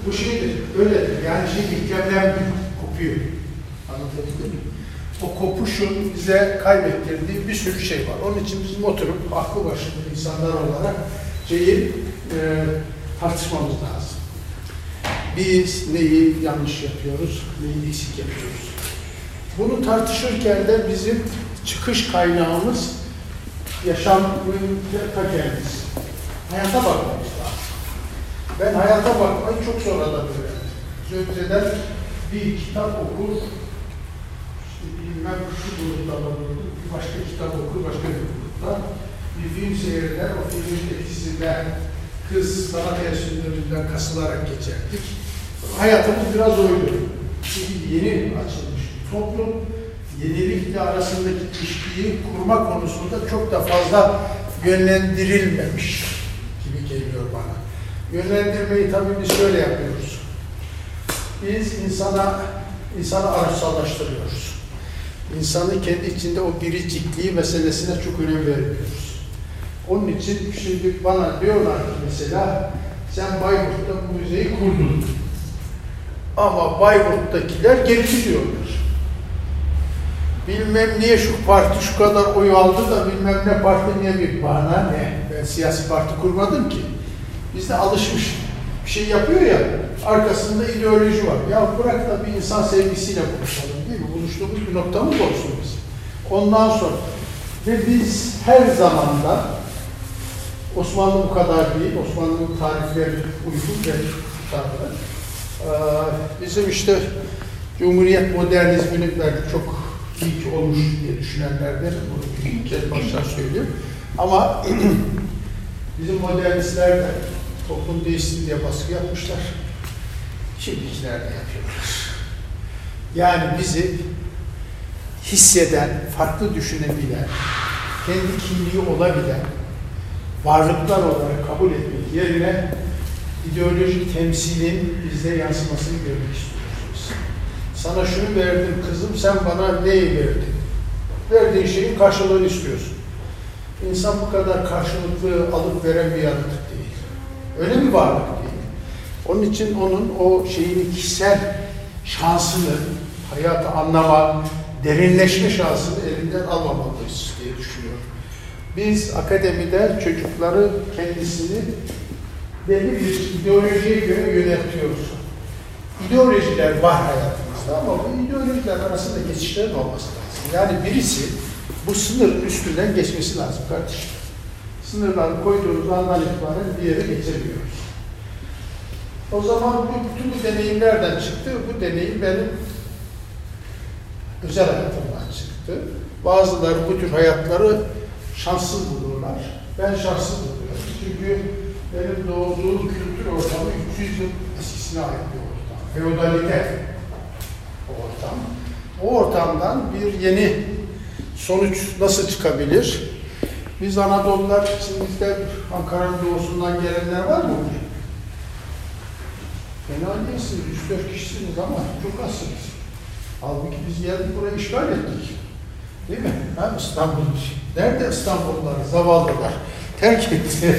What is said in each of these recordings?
Bu şeydir, öyledir. Yani şey mükemmel kopuyor. Anlatabildim mi? O kopuşun bize kaybettirdiği bir sürü şey var. Onun için bizim oturup aklı başında insanlar olarak tartışmamız lazım. Biz neyi yanlış yapıyoruz, neyi eksik yapıyoruz. Bunu tartışırken de bizim çıkış kaynağımız yaşamın ta kendisi. Hayata bakmamız lazım. Ben hayata bakmayı çok sonradan öğrendim. Önceden bir kitap okur, işte bilmem şu grupta olurdu, başka kitap okur, başka bir grupta. Bir film seyreder, o filmin etkisinden kız sanat enstitülerinden kasılarak geçerdik. Hayatımız biraz oydu. Çünkü yeni açılmış bir toplum, yenilikle arasındaki ilişkiyi kurma konusunda çok da fazla yönlendirilmemiş gibi geliyor bana. Yönlendirmeyi tabii biz şöyle yapıyoruz. Biz insanı araçsallaştırıyoruz. İnsanı kendi içinde o biricikliği meselesine çok önem vermiyoruz. Onun için şimdi bana diyorlar ki mesela sen Bayburt'ta bu müzeyi kurdun. Ama Bayburt'takiler gerici diyorlar. Bilmem niye şu parti şu kadar oy aldı da bilmem ne parti niye bir bana ne? Ben siyasi parti kurmadım ki. Bizde alışmış bir şey yapıyor ya, arkasında ideoloji var. Ya bırak da bir insan sevgisiyle buluşalım değil mi? Buluştuğumuz bir noktamız olsun biz. Ondan sonra ve biz her zamanda Osmanlı bu kadar değil, Osmanlı'nın tarihleri uygun ve tutarlı. Bizim işte Cumhuriyet modernizmini belki çok iyi olmuş diye düşünenlerden bunu bir kez baştan söylüyorum. Ama bizim modernistler de toplum değişsin diye baskı yapmışlar. Şimdikiler de yapıyorlar. Yani bizi hisseden, farklı düşünebilen, kendi kimliği olabilen varlıklar olarak kabul etmek yerine ideolojik temsilin bizde yansımasını görmek istiyoruz. Sana şunu verdim kızım, sen bana neyi verdin? Verdiğin şeyin karşılığını istiyorsun. İnsan bu kadar karşılıklı alıp veren bir yaratık değil. Öyle bir varlık değil. Onun için onun o şeyini, kişisel şansını, hayatı anlama, derinleşme şansını elinden almamalıyız diye düşünüyorum. Biz akademide çocukları kendisini belli bir ideolojiye göre yöneltiyoruz. İdeolojiler var hayatımızda ama bu ideolojiler arasında geçişlerin olması lazım. Yani birisi bu sınırın üstünden geçmesi lazım kardeşim. Sınırları koyduğumuz andan itibaren bir yere geçemiyoruz. O zaman bütün bu deneyimlerden çıktı. Bu deneyim benim özel hayatımdan çıktı. Bazıları bu tür hayatları şanssız bulurlar. Ben şanssız buluyorum. Çünkü benim doğduğum kültür ortamı 300 yıl eskisine ait bir ortam. Feodalite ortam. O ortamdan bir yeni sonuç nasıl çıkabilir? Biz Anadolular, içimizde Ankara'nın doğusundan gelenler var mı? Fena değilsiniz, 3-4 kişisiniz ama çok azsınız. Halbuki biz geldik buraya işgal ettik. Değil mi? Ha, İstanbul. Nerede İstanbullular, zavallılar? Terk ettiler.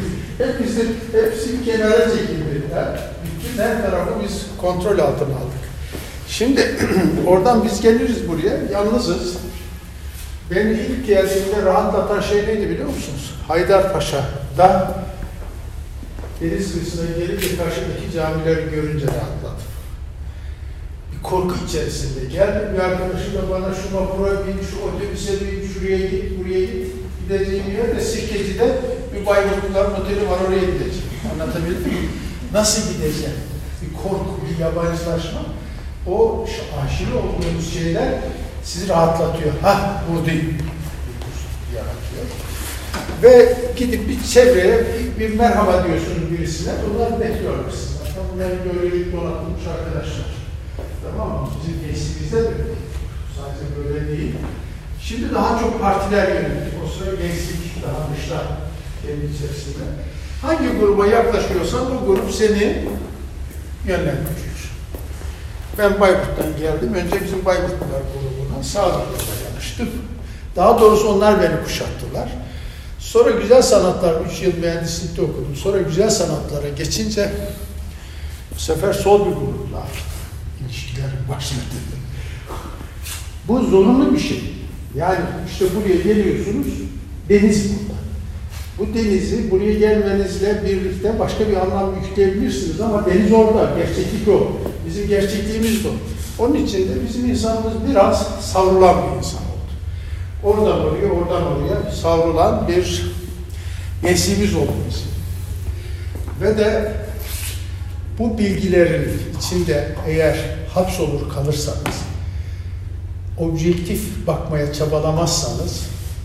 Hepsi kenara çekildi. Bütün her tarafı biz kontrol altına aldık. Şimdi oradan biz geliriz buraya, yalnızız. Beni ilk geldiğimde rahatlatan şey neydi biliyor musunuz? Haydarpaşa'da deniz kıyısına gelince karşıdaki camileri görünce rahatladım. Bir korku içerisinde geldim. Bir arkadaşım da bana şu vapura bin, şu otobüse bin, şuraya git, buraya git. Gideceğim yer de Sirkeci'de bir Bayburtluların oteli var, oraya gideceğim. Anlatabildim mi? Nasıl gideceğim? Bir korku, bir yabancılaşma. O aşırı olduğumuz şeyler sizi rahatlatıyor. Buradayım. Yaratıyor. Ve gidip bir çevreye bir merhaba diyorsunuz birisine. Bunlar bekliyorlar sizden. Bunların biyolojik donatılmış arkadaşlar. Tamam mı? Bizim gençliğimizde de sadece böyle değil. Şimdi daha çok partiler yönelik. O sıra gençlik daha dışta kendi içerisinde. Hangi gruba yaklaşıyorsan o grup seni yönlendiriyor. Ben Bayburt'tan geldim. Önce bizim Bayburtlular grubuna sağlıkla dayanıştık. Daha doğrusu onlar beni kuşattılar. Sonra güzel sanatlar, 3 yıl mühendislikte okudum. Sonra güzel sanatlara geçince Bu sefer sol bir grupla ilişkilerin başladı. Bu zorunlu bir şey. Yani işte buraya geliyorsunuz, deniz burada. Bu denizi buraya gelmenizle birlikte başka bir anlam yükleyebilirsiniz ama deniz orada, gerçeklik o. Bizim gerçekliğimiz de o. Onun için de bizim insanımız biraz savrulan bir insan oldu. Oradan oraya, oradan oraya savrulan bir neslimiz oldu bizim. Ve de bu bilgilerin içinde eğer hapsolur kalırsanız, objektif bakmaya çabalamazsanız,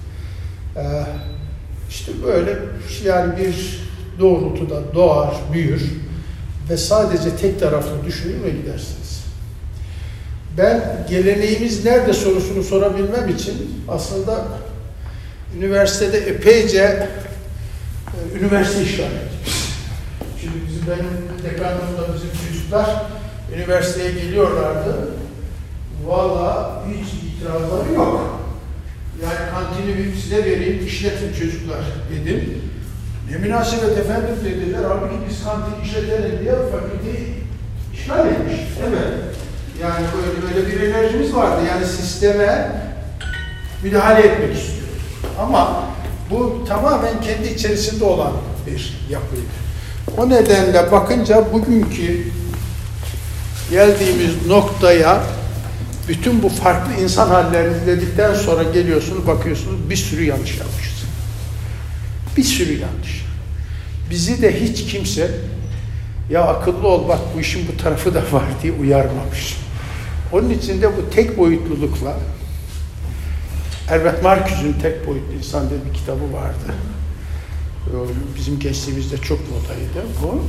işte böyle yani bir doğrultuda doğar, büyür ve sadece tek taraflı düşünür ve gidersiniz. Ben geleneğimiz nerede sorusunu sorabilmem için aslında üniversitede epeyce üniversite işgal ettik. Şimdi benim dekanlığımda bizim çocuklar üniversiteye geliyorlardı. Valla hiç itirazları yok. Yani kantini size vereyim, işletin çocuklar dedim. Ne münasebet efendim dediler. Halbuki biz kantini işletelim diye fakülteyi işgal etmiş. Evet. Yani böyle bir enerjimiz vardı. Yani sisteme müdahale etmek istiyoruz. Ama bu tamamen kendi içerisinde olan bir yapıydı. O nedenle bakınca bugünkü geldiğimiz noktaya bütün bu farklı insan hallerini izledikten sonra geliyorsunuz, bakıyorsunuz bir sürü yanlış yapmışız. Bir sürü yanlış. Bizi de hiç kimse ya akıllı ol bak bu işin bu tarafı da var diye uyarmamış. Onun için de bu tek boyutlulukla Herbert Marcuse'un Tek Boyutlu İnsan diye bir kitabı vardı. Bizim gençliğimizde çok modaydı bu.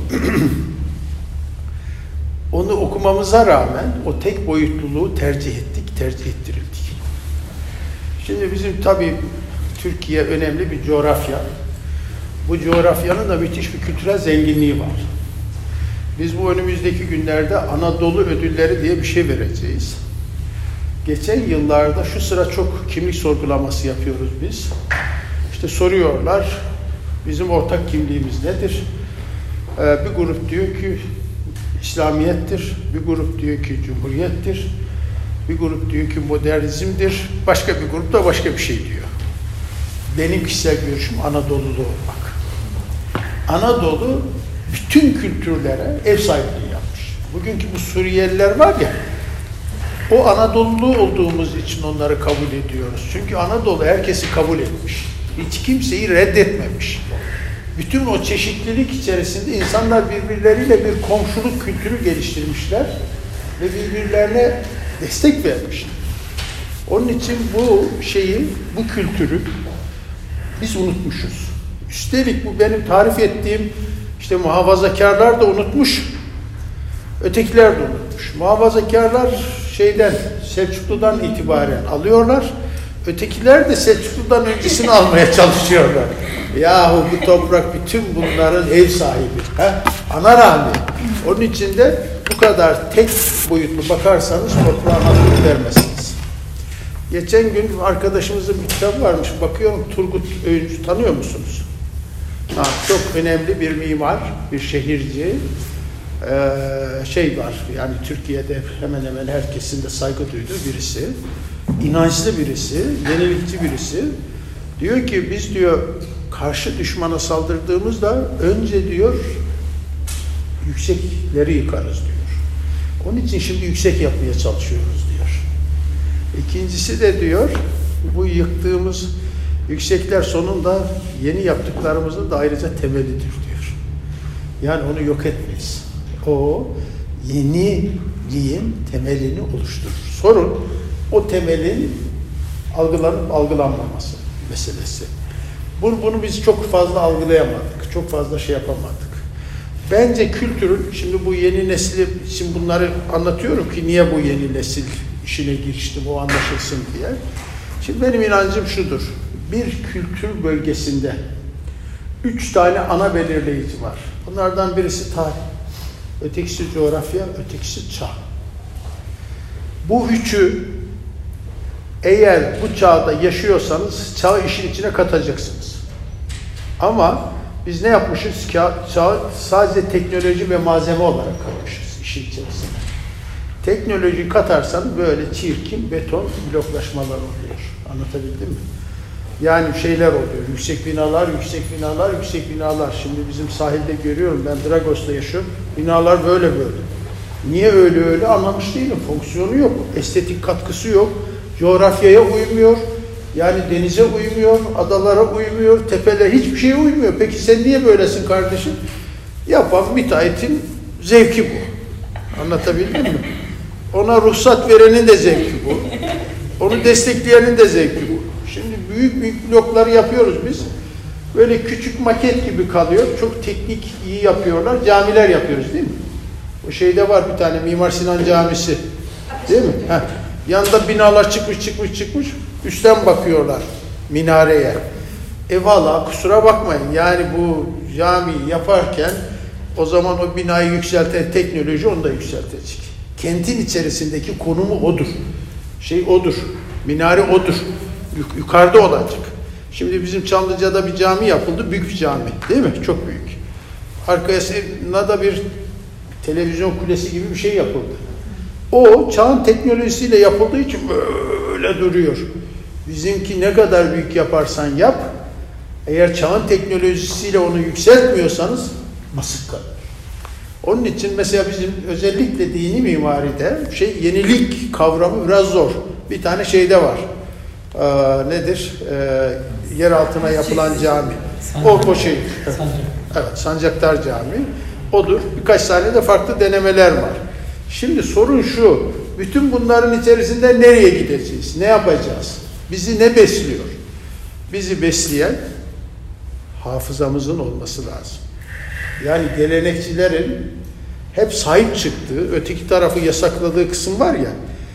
Onu okumamıza rağmen o tek boyutluluğu tercih ettirildik. Şimdi bizim tabii Türkiye önemli bir coğrafya. Bu coğrafyanın da müthiş bir kültürel zenginliği var. Biz bu önümüzdeki günlerde Anadolu ödülleri diye bir şey vereceğiz. Geçen yıllarda şu sıra çok kimlik sorgulaması yapıyoruz biz. İşte soruyorlar, bizim ortak kimliğimiz nedir? Bir grup diyor ki İslamiyettir, bir grup diyor ki Cumhuriyettir, bir grup diyor ki modernizmdir, başka bir grup da başka bir şey diyor. Benim kişisel görüşüm Anadolulu olmak. Anadolu bütün kültürlere ev sahipliği yapmış. Bugünkü bu Suriyeliler var ya, o Anadolulu olduğumuz için onları kabul ediyoruz. Çünkü Anadolu herkesi kabul etmiş. Hiç kimseyi reddetmemiş. Bütün o çeşitlilik içerisinde insanlar birbirleriyle bir komşuluk kültürü geliştirmişler ve birbirlerine destek vermişler. Onun için bu şeyi, bu kültürü biz unutmuşuz. Üstelik bu benim tarif ettiğim işte muhafazakarlar da unutmuş, ötekiler de unutmuş. Muhafazakarlar Selçuklu'dan itibaren alıyorlar, ötekiler de Selçuklu'dan öncesini almaya çalışıyorlar. Yahu bu toprak bütün bunların ev sahibi. Ana rahmi. Onun için de bu kadar tek boyutlu bakarsanız toprağın adını vermezsiniz. Geçen gün arkadaşımızın bir kitabı varmış. Bakıyorum Turgut Öğüncü tanıyor musunuz? Çok önemli bir mimar, bir şehirci. Var yani Türkiye'de hemen hemen herkesin de saygı duyduğu birisi. İnançlı birisi, yenilikçi birisi. Diyor ki biz diyor karşı düşmana saldırdığımızda önce diyor yüksekleri yıkarız diyor. Onun için şimdi yüksek yapmaya çalışıyoruz diyor. İkincisi de diyor bu yıktığımız yüksekler sonunda yeni yaptıklarımızın da ayrıca temelidir diyor. Yani onu yok etmeyiz. O yeniliğin temelini oluşturur. Sorun o temelin algılanıp algılanmaması meselesi. Bunu biz çok fazla algılayamadık. Çok fazla şey yapamadık. Bence kültürün, şimdi bu yeni nesli, şimdi bunları anlatıyorum ki niye bu yeni nesil işine giriştim, o anlaşılsın diye. Şimdi benim inancım şudur. Bir kültür bölgesinde 3 tane ana belirleyici var. Bunlardan birisi tarih, ötekisi coğrafya, ötekisi çağ. Bu üçü eğer bu çağda yaşıyorsanız çağı işin içine katacaksınız. Ama biz ne yapmışız? Sadece teknoloji ve malzeme olarak kalmışız işin içerisinde. Teknoloji katarsan böyle çirkin beton bloklaşmalar oluyor. Anlatabildim mi? Yani şeyler oluyor. Yüksek binalar, yüksek binalar, yüksek binalar. Şimdi bizim sahilde görüyorum. Ben Dragos'ta yaşıyorum. Binalar böyle böyle. Niye öyle anlamış değilim. Fonksiyonu yok. Estetik katkısı yok. Coğrafyaya uymuyor. Yani denize uymuyor. Adalara uymuyor. Tepeler hiçbir şeye uymuyor. Peki sen niye böylesin kardeşim? Yapan müteahhitin zevki bu. Anlatabildim mi? Ona ruhsat verenin de zevki bu. Onu destekleyenin de zevki bu. Şimdi büyük büyük blokları yapıyoruz biz. Böyle küçük maket gibi kalıyor. Çok teknik iyi yapıyorlar. Camiler yapıyoruz değil mi? O şeyde var bir tane Mimar Sinan Camisi. Değil mi? Heh. Yanında binalar çıkmış. Üstten bakıyorlar minareye. Valla kusura bakmayın. Yani bu camiyi yaparken o zaman o binayı yükselten teknoloji onu da yükseltecek. Kentin içerisindeki konumu odur. Şey odur. Minare odur. Yukarıda olacak. Şimdi bizim Çamlıca'da bir cami yapıldı. Büyük bir cami. Değil mi? Çok büyük. Arkasına da bir televizyon kulesi gibi bir şey yapıldı. O çağın teknolojisiyle yapıldığı için böyle duruyor. Bizimki ne kadar büyük yaparsan yap, eğer çağın teknolojisiyle onu yükseltmiyorsanız basık kalır. Onun için mesela bizim özellikle dini mimaride yenilik kavramı biraz zor. Bir tane şeyde var. Nedir? Yer altına yapılan cami. O şey. Evet, Sancaktar Camii. Odur. Birkaç tane de farklı denemeler var. Şimdi sorun şu. Bütün bunların içerisinde nereye gideceğiz? Ne yapacağız? Bizi ne besliyor? Bizi besleyen hafızamızın olması lazım. Yani gelenekçilerin hep sahip çıktığı, öteki tarafı yasakladığı kısım var ya,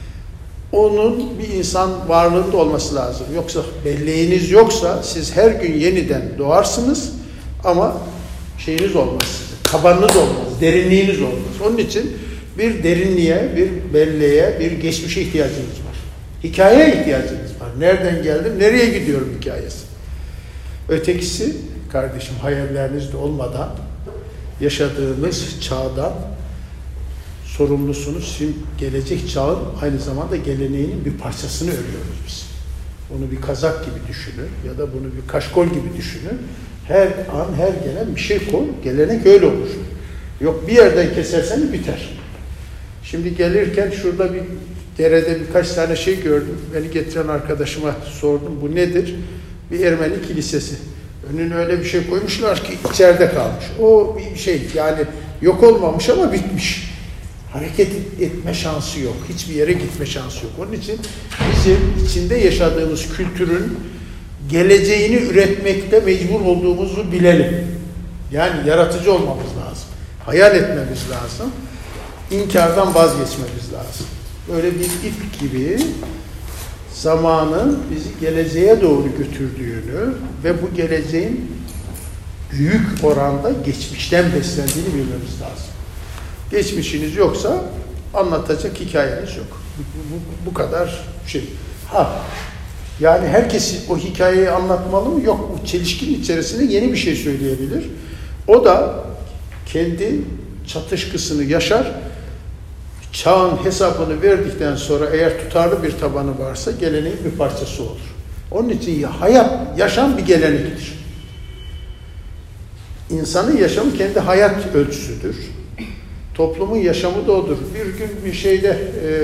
onun bir insan varlığında olması lazım. Yoksa belleğiniz yoksa siz her gün yeniden doğarsınız ama şeyiniz olmaz, tabanınız olmaz, derinliğiniz olmaz. Onun için bir derinliğe, bir belleğe, bir geçmişe ihtiyacınız var. Hikayeye ihtiyacınız var. Nereden geldim, nereye gidiyorum hikayesi. Ötekisi, kardeşim hayallerinizde olmadan yaşadığınız çağdan sorumlusunuz. Şimdi gelecek çağın aynı zamanda geleneğinin bir parçasını örüyoruz biz. Onu bir kazak gibi düşünün ya da bunu bir kaşkol gibi düşünün. Her an her gelen bir şey koy, gelenek öyle olur. Yok bir yerden kesersen biter. Şimdi gelirken şurada bir derede birkaç tane şey gördüm. Beni getiren arkadaşıma sordum. Bu nedir? Bir Ermeni kilisesi. Önüne öyle bir şey koymuşlar ki içeride kalmış. O bir şey yani yok olmamış ama bitmiş. Hareket etme şansı yok. Hiçbir yere gitme şansı yok. Onun için bizim içinde yaşadığımız kültürün geleceğini üretmekte mecbur olduğumuzu bilelim. Yani yaratıcı olmamız lazım. Hayal etmemiz lazım. İnkardan vazgeçmemiz lazım. Böyle bir ip gibi zamanın bizi geleceğe doğru götürdüğünü ve bu geleceğin büyük oranda geçmişten beslendiğini bilmemiz lazım. Geçmişiniz yoksa anlatacak hikayeniz yok. Bu kadar şey. Yani herkes o hikayeyi anlatmalı mı? Yok. Bu çelişkinin içerisinde yeni bir şey söyleyebilir. O da kendi çatışkısını yaşar. Çağın hesabını verdikten sonra eğer tutarlı bir tabanı varsa geleneğin bir parçası olur. Onun için hayat, yaşam bir gelenektir. İnsanın yaşamı kendi hayat ölçüsüdür. Toplumun yaşamı da odur. Bir gün bir şeyde,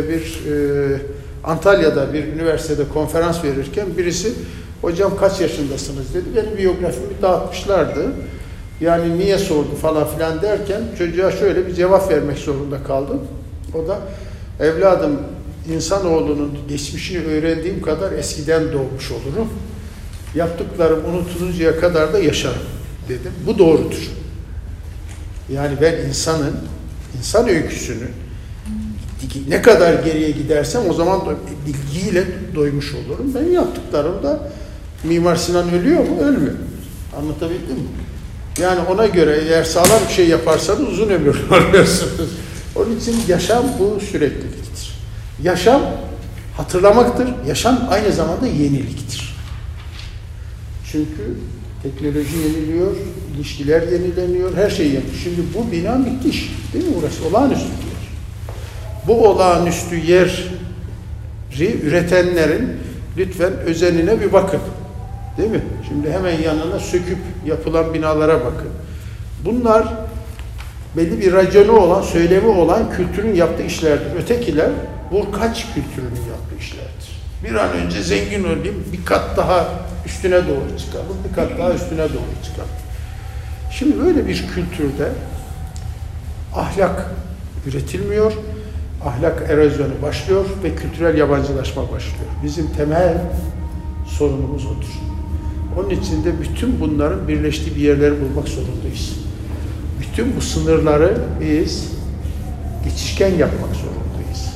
Antalya'da bir üniversitede konferans verirken birisi, hocam kaç yaşındasınız dedi. Benim biyografimi dağıtmışlardı. Yani niye sordu falan filan derken çocuğa şöyle bir cevap vermek zorunda kaldım. O da evladım insanoğlunun geçmişini öğrendiğim kadar eskiden doğmuş olurum. Yaptıklarım unutuluncaya kadar da yaşarım dedim. Bu doğrudur. Yani ben insan öyküsünü ne kadar geriye gidersem o zaman bilgiyle doymuş olurum. Ben yaptıklarımda Mimar Sinan ölüyor mu? Ölmüyor. Anlatabildim mi? Yani ona göre eğer sağlam bir şey yaparsanız uzun ömür oluyorsunuz. Onun için yaşam bu sürekliliktir. Yaşam hatırlamaktır. Yaşam aynı zamanda yeniliktir. Çünkü Teknoloji yeniliyor, ilişkiler yenileniyor, her şey yeniliyor. Şimdi bu bina müthiş, değil mi burası? Olağanüstü bir yer. Bu olağanüstü yeri üretenlerin lütfen özenine bir bakın. Değil mi? Şimdi hemen yanına söküp yapılan binalara bakın. Bunlar belli bir raconu olan, söylemi olan kültürün yaptığı işlerdir. Ötekiler vurkaç kültürünün yaptığı işlerdir. Bir an önce zengin olayım, bir kat daha üstüne doğru çıkalım, bir kat daha üstüne doğru çıkalım. Şimdi böyle bir kültürde ahlak üretilmiyor, ahlak erozyonu başlıyor ve kültürel yabancılaşma başlıyor. Bizim temel sorunumuz odur. Onun için de bütün bunların birleştiği bir yerleri bulmak zorundayız. Bütün bu sınırları biz geçişken yapmak zorundayız.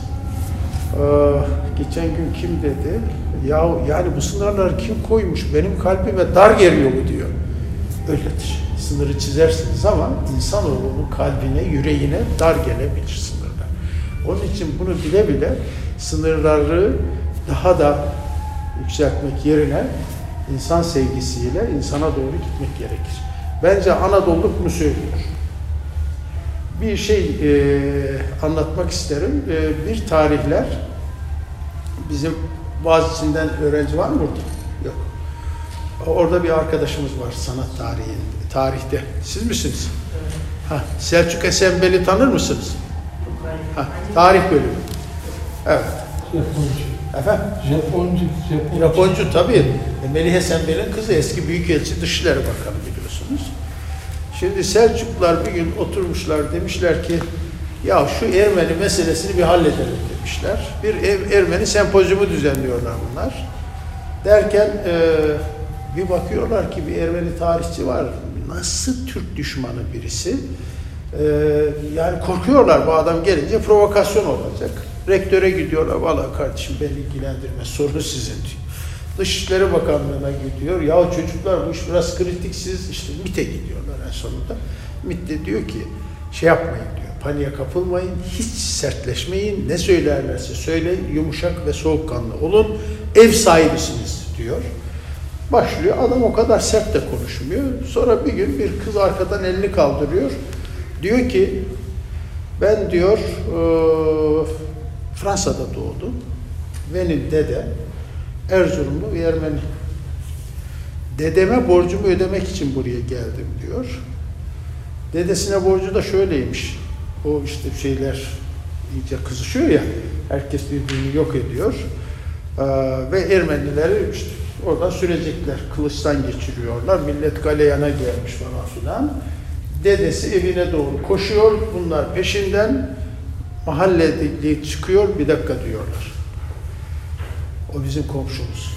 Geçen gün kim dedi? Ya yani bu sınırları kim koymuş? Benim kalbime dar geliyor mu diyor. Öyledir. Sınırı çizersiniz ama insanoğlunun kalbine, yüreğine dar gelebilir sınırlar. Onun için bunu bile bile sınırları daha da yükseltmek yerine insan sevgisiyle insana doğru gitmek gerekir. Bence Anadolu bunu söylüyor. Bir şey anlatmak isterim. Bir tarihler bizim Boğaziçi'nden öğrenci var mı burada? Yok. Orada bir arkadaşımız var sanat tarihte. Siz misiniz? Evet. Ha, Selçuk Esenbel'i tanır mısınız? Ha, tarih bölümü. Evet. Japoncu. Efendim? Japoncu tabii. Melih Esenbel'in kızı, eski Büyükelçi Dışişleri Bakanı biliyorsunuz. Şimdi Selçuklular bir gün oturmuşlar, demişler ki ya şu Ermeni meselesini bir halledelim demişler. Bir Ermeni sempozyumu düzenliyorlar bunlar. Derken bir bakıyorlar ki bir Ermeni tarihçi var. Nasıl Türk düşmanı birisi. Yani korkuyorlar bu adam gelince provokasyon olacak. Rektöre gidiyorlar. Vallahi kardeşim beni ilgilendirmez. Sorun sizin diyor. Dışişleri Bakanlığı'na gidiyor. Ya çocuklar bu iş biraz kritik, siz işte MİT'e gidiyorlar en sonunda. MİT de diyor ki şey yapmayın diyor. Paniğe kapılmayın. Hiç sertleşmeyin. Ne söylerlerse söyleyin. Yumuşak ve soğukkanlı olun. Ev sahibisiniz diyor. Başlıyor. Adam o kadar sert de konuşmuyor. Sonra bir gün bir kız arkadan elini kaldırıyor. Diyor ki ben diyor Fransa'da doğdum. Benim dede Erzurumlu bir Ermeni. Dedeme borcumu ödemek için buraya geldim diyor. Dedesine borcu da şöyleymiş. O işte şeyler iyice kızışıyor ya. Herkes birbirini yok ediyor. Ve Ermenileri işte oradan sürecekler. Kılıçtan geçiriyorlar. Millet galeyana gelmiş falan filan. Dedesi evine doğru koşuyor. Bunlar peşinden. Mahalleli çıkıyor. Bir dakika diyorlar. O bizim komşumuz.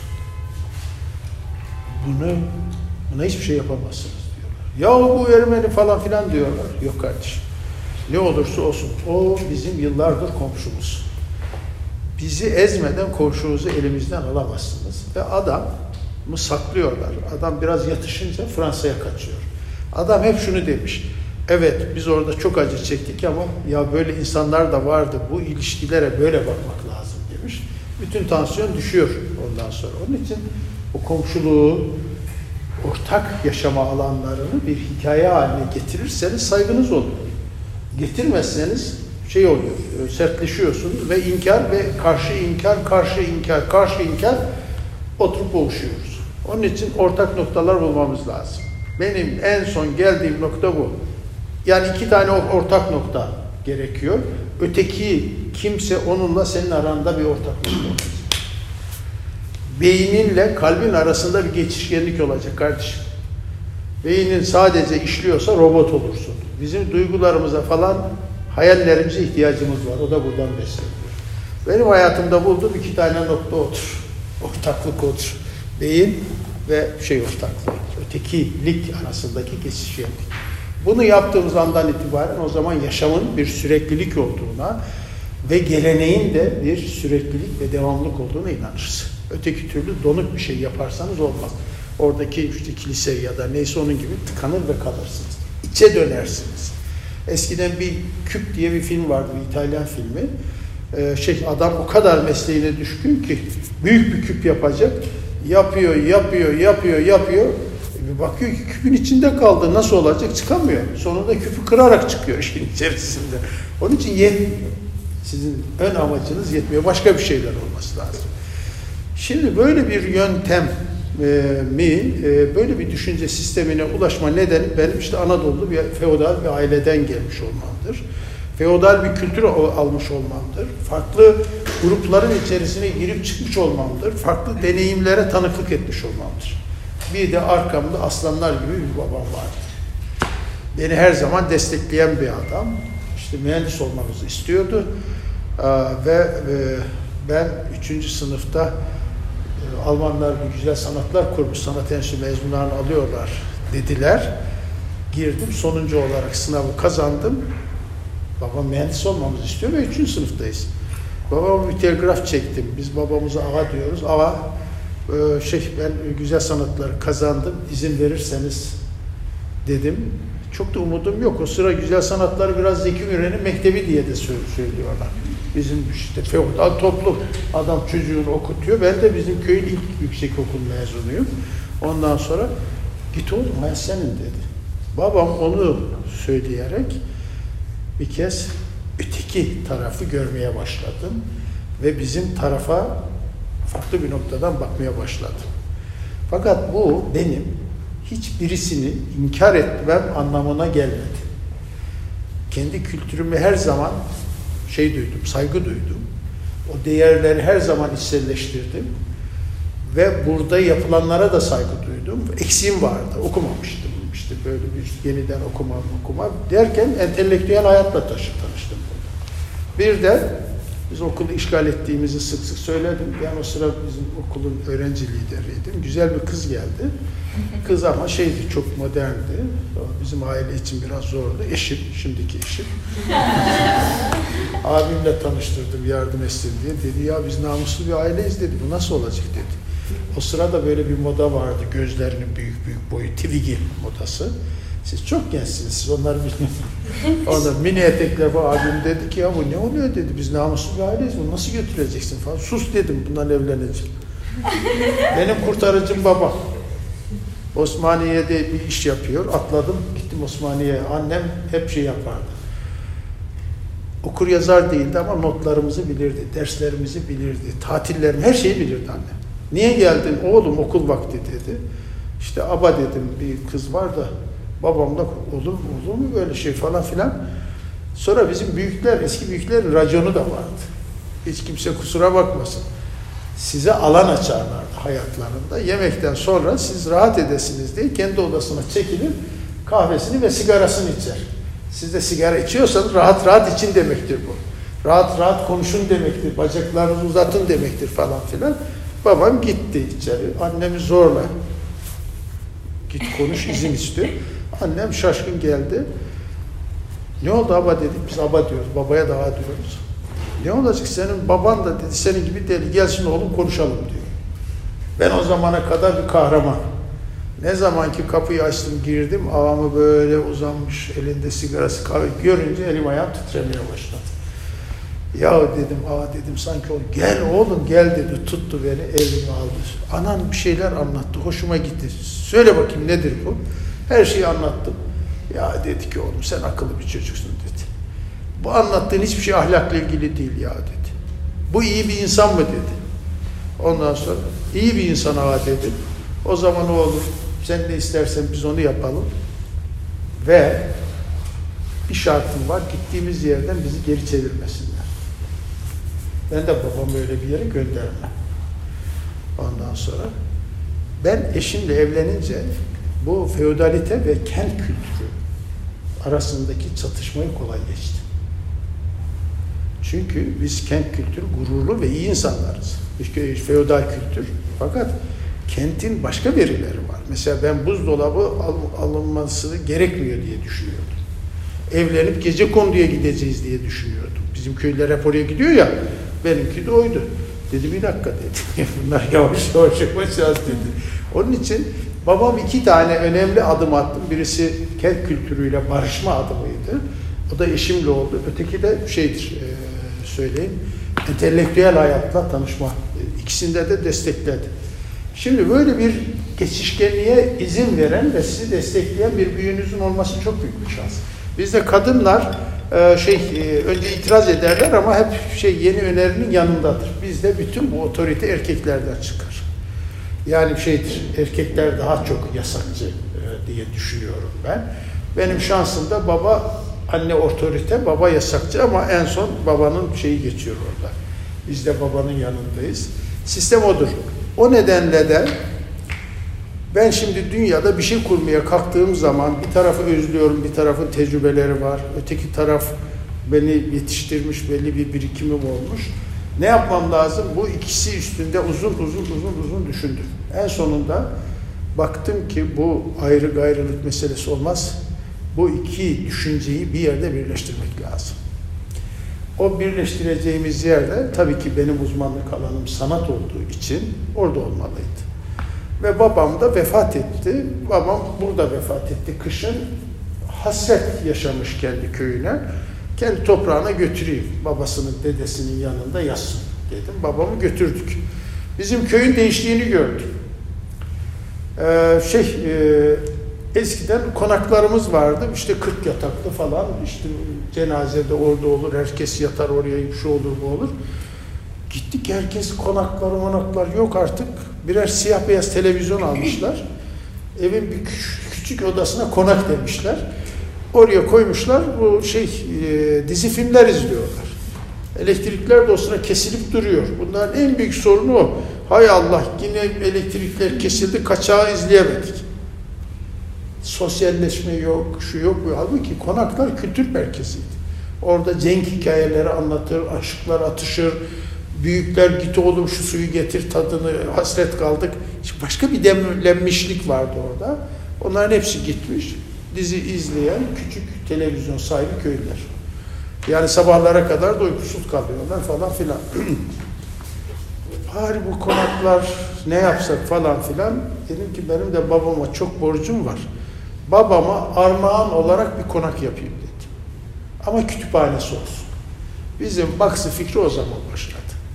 Buna hiçbir şey yapamazsınız diyorlar. Ya bu Ermeni falan filan diyorlar. Yok kardeşim. Ne olursa olsun. O bizim yıllardır komşumuz. Bizi ezmeden komşumuzu elimizden alamazsınız. Ve adamı saklıyorlar. Adam biraz yatışınca Fransa'ya kaçıyor. Adam hep şunu demiş. Evet biz orada çok acı çektik ama ya böyle insanlar da vardı. Bu ilişkilere böyle bakmak lazım demiş. Bütün tansiyon düşüyor ondan sonra. Onun için o komşuluğu, ortak yaşama alanlarını bir hikaye haline getirirseniz saygınız olur. Getirmezseniz şey oluyor, sertleşiyorsun ve inkar ve karşı inkar oturup boğuşuyoruz. Onun için ortak noktalar bulmamız lazım. Benim en son geldiğim nokta bu. Yani iki tane ortak nokta gerekiyor. Öteki kimse onunla senin aranda bir ortak nokta olacak. Beyninle kalbin arasında bir geçişkenlik olacak kardeşim. Beynin sadece işliyorsa robot olursun. Bizim duygularımıza falan hayallerimize ihtiyacımız var. O da buradan besleniyor. Benim hayatımda bulduğum iki tane nokta odur. Ortaklık odur. Beyin ve ortaklığı. Ötekilik arasındaki geçişkenlik. Bunu yaptığımız andan itibaren o zaman yaşamın bir süreklilik olduğuna ve geleneğin de bir süreklilik ve devamlılık olduğuna inanırız. Öteki türlü donuk bir şey yaparsanız olmaz. Oradaki işte kilise ya da neyse onun gibi tıkanır ve kalırsınız. İçe dönersiniz. Eskiden bir Küp diye bir film vardı, bir İtalyan filmi. Adam o kadar mesleğine düşkün ki büyük bir küp yapacak. Yapıyor. Bir bakıyor ki küpün içinde kaldı. Nasıl olacak? Çıkamıyor. Sonunda küpü kırarak çıkıyor işin içerisinde. Onun için yetmiyor. Sizin ön amacınız yetmiyor. Başka bir şeyler olması lazım. Şimdi böyle bir yöntem böyle bir düşünce sistemine ulaşma nedeni benim işte Anadolu'da bir feodal bir aileden gelmiş olmamdır. Feodal bir kültür almış olmamdır. Farklı grupların içerisine girip çıkmış olmamdır. Farklı deneyimlere tanıklık etmiş olmamdır. Bir de arkamda aslanlar gibi bir babam vardı. Beni her zaman destekleyen bir adam. İşte mühendis olmamızı istiyordu. Ve ben 3. sınıfta Almanlar bir güzel sanatlar kurmuş, sanat enstitüsü mezunlarını alıyorlar dediler. Girdim, sonuncu olarak sınavı kazandım. Babam mühendis olmamızı istiyor ve 3. sınıftayız. Babama bir telgraf çektim. Biz babamıza ağa diyoruz. Ağa, ben güzel sanatları kazandım, izin verirseniz dedim. Çok da umudum yok. O sıra güzel sanatları biraz Zeki Müren'in mektebi diye de söylüyorlar. Bizim işte feodal toplum. Adam çocuğunu okutuyor. Ben de bizim köyün ilk yüksekokul mezunuyum. Ondan sonra git oğlum hayat senin dedi. Babam onu söyleyerek bir kez öteki tarafı görmeye başladım. Ve bizim tarafa farklı bir noktadan bakmaya başladım. Fakat bu benim hiçbirisini inkar etmem anlamına gelmedi. Kendi kültürümü her zaman duydum, saygı duydum. O değerleri her zaman içselleştirdim. Ve burada yapılanlara da saygı duydum. Eksiğim vardı, okumamıştım. İşte böyle bir yeniden okuma derken entelektüel hayatla tanıştım. Bir de biz okulu işgal ettiğimizi sık sık söyledim. Ben o sıra bizim okulun öğrenci lideriydim. Güzel bir kız geldi. Kız ama çok moderndi. Bizim aile için biraz zordu. Eşim, şimdiki eşim. Abimle tanıştırdım yardım etsin diye. Dedi ya biz namuslu bir aileyiz dedi. Bu nasıl olacak dedi. O sırada böyle bir moda vardı. Gözlerinin büyük büyük boyu. Twiggy modası. Siz çok gençsiniz. Siz onları bilmiyorsunuz. Ondan mini etekler falan. Abim dedi ki ya bu ne oluyor dedi. Biz namuslu bir aileyiz. Bunu nasıl götüreceksin falan. Sus dedim. Bundan evleneceğim. Benim kurtarıcım babam. Osmaniye'de bir iş yapıyor. Atladım. Gittim Osmaniye'ye. Annem hep yapardı. Okur yazar değildi ama notlarımızı bilirdi. Derslerimizi bilirdi. Tatillerimi, her şeyi bilirdi annem. Niye geldin? Oğlum okul vakti dedi. İşte aba dedim bir kız var da babam da olur mu böyle şey falan filan. Sonra bizim büyükler, eski büyüklerin raconu da vardı. Hiç kimse kusura bakmasın. Size alan açarlardı hayatlarında. Yemekten sonra siz rahat edesiniz diye kendi odasına çekilir, kahvesini ve sigarasını içer. Siz de sigara içiyorsanız rahat rahat için demektir bu. Rahat rahat konuşun demektir, bacaklarınızı uzatın demektir falan filan. Babam gitti içeri, annemi zorla git konuş, izin istiyor. Annem şaşkın geldi. Ne oldu aba dedik, biz aba diyoruz, babaya da ağa diyoruz. Ne olacak senin baban da dedi, senin gibi deli, gelsin oğlum konuşalım diyor. Ben o zamana kadar bir kahraman. Ne zaman ki kapıyı açtım girdim, ağamı böyle uzanmış, elinde sigarası kahve görünce elim ayağım titremeye başladı. Ya dedim, ağa dedim sanki o gel oğlum gel dedi, tuttu beni, elimi aldı. Anan bir şeyler anlattı, hoşuma gitti. Söyle bakayım nedir bu? Her şeyi anlattım. Ya dedi ki oğlum sen akıllı bir çocuksun dedi. Bu anlattığın hiçbir şey ahlakla ilgili değil ya dedi. Bu iyi bir insan mı dedi. Ondan sonra iyi bir insan ağa dedi. O zaman oğlum sen ne istersen biz onu yapalım. Ve bir şartım var, gittiğimiz yerden bizi geri çevirmesinler. Ben de babamı öyle bir yere göndermem. Ondan sonra ben eşimle evlenince bu feodalite ve kent kültürü arasındaki çatışmayı kolay geçti. Çünkü biz kent kültürü gururlu ve iyi insanlarız. Feodal kültür. Fakat kentin başka verileri var. Mesela ben buzdolabı alınması gerekmiyor diye düşünüyordum. Evlenip gecekonduya gideceğiz diye düşünüyordum. Bizim köyler hep oraya gidiyor ya, benimki de oydu. Dedi bir dakika dedi. Bunlar yavaş yavaş yapacağız dedi. Onun için babam 2 tane önemli adım attı. Birisi kent kültürüyle barışma adımıydı. O da eşimle oldu. Öteki de söyleyeyim, entelektüel hayatla tanışma. İkisinde de destekledi. Şimdi böyle bir geçişkenliğe izin veren ve sizi destekleyen bir büyüğünüzün olması çok büyük bir şans. Bizde kadınlar önce itiraz ederler ama hep yeni önerinin yanındadır. Bizde bütün bu otorite erkeklerden çıkar. Yani erkekler daha çok yasakçı diye düşünüyorum ben. Benim şansım da baba, anne otorite, baba yasakçı ama en son babanın geçiyor orada. Biz de babanın yanındayız. Sistem odur. O nedenle de ben şimdi dünyada bir şey kurmaya kalktığım zaman bir tarafı özlüyorum, bir tarafın tecrübeleri var. Öteki taraf beni yetiştirmiş, belli bir birikimim olmuş. Ne yapmam lazım? Bu ikisi üstünde uzun düşündüm. En sonunda baktım ki bu ayrı gayrılık meselesi olmaz. Bu iki düşünceyi bir yerde birleştirmek lazım. O birleştireceğimiz yerde tabii ki benim uzmanlık alanım sanat olduğu için orada olmalıydı. Ve babam da vefat etti. Babam burada vefat etti kışın. Hasret yaşamış kendi köyüne. Kendi toprağına götüreyim. Babasının, dedesinin yanında yatsın dedim. Babamı götürdük. Bizim köyün değiştiğini gördüm. Eskiden konaklarımız vardı. 40 yataklı falan. Cenazede orada olur. Herkes yatar oraya. Şu olur, bu olur. Gittik, herkes konaklar yok artık. Birer siyah beyaz televizyon almışlar. Evin bir küçük odasına konak demişler. Oraya koymuşlar. Bu dizi filmler izliyorlar. Elektrikler de o sıra kesilip duruyor. Bunların en büyük sorunu o. Hay Allah, yine elektrikler kesildi, kaçağı izleyemedik. Sosyalleşme yok, şu yok, bu. Halbuki konaklar kültür merkeziydi. Orada cenk hikayeleri anlatır, aşıklar atışır, büyükler git oğlum şu suyu getir, tadını, hasret kaldık. Başka bir demlenmişlik vardı orada. Onların hepsi gitmiş. Dizi izleyen küçük televizyon sahibi köylüler. Yani sabahlara kadar da uykusuz kalıyorlar falan filan. Bari bu konaklar ne yapsak falan filan. Dedim ki benim de babama çok borcum var. Babama armağan olarak bir konak yapayım dedim. Ama kütüphanesi olsun. Bizim baksı fikri o zaman başladı.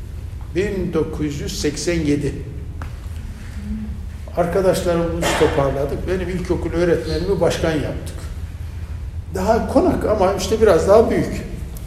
1987. Arkadaşlarımızı toparladık. Benim ilkokul öğretmenimi başkan yaptık. Daha konak ama biraz daha büyük.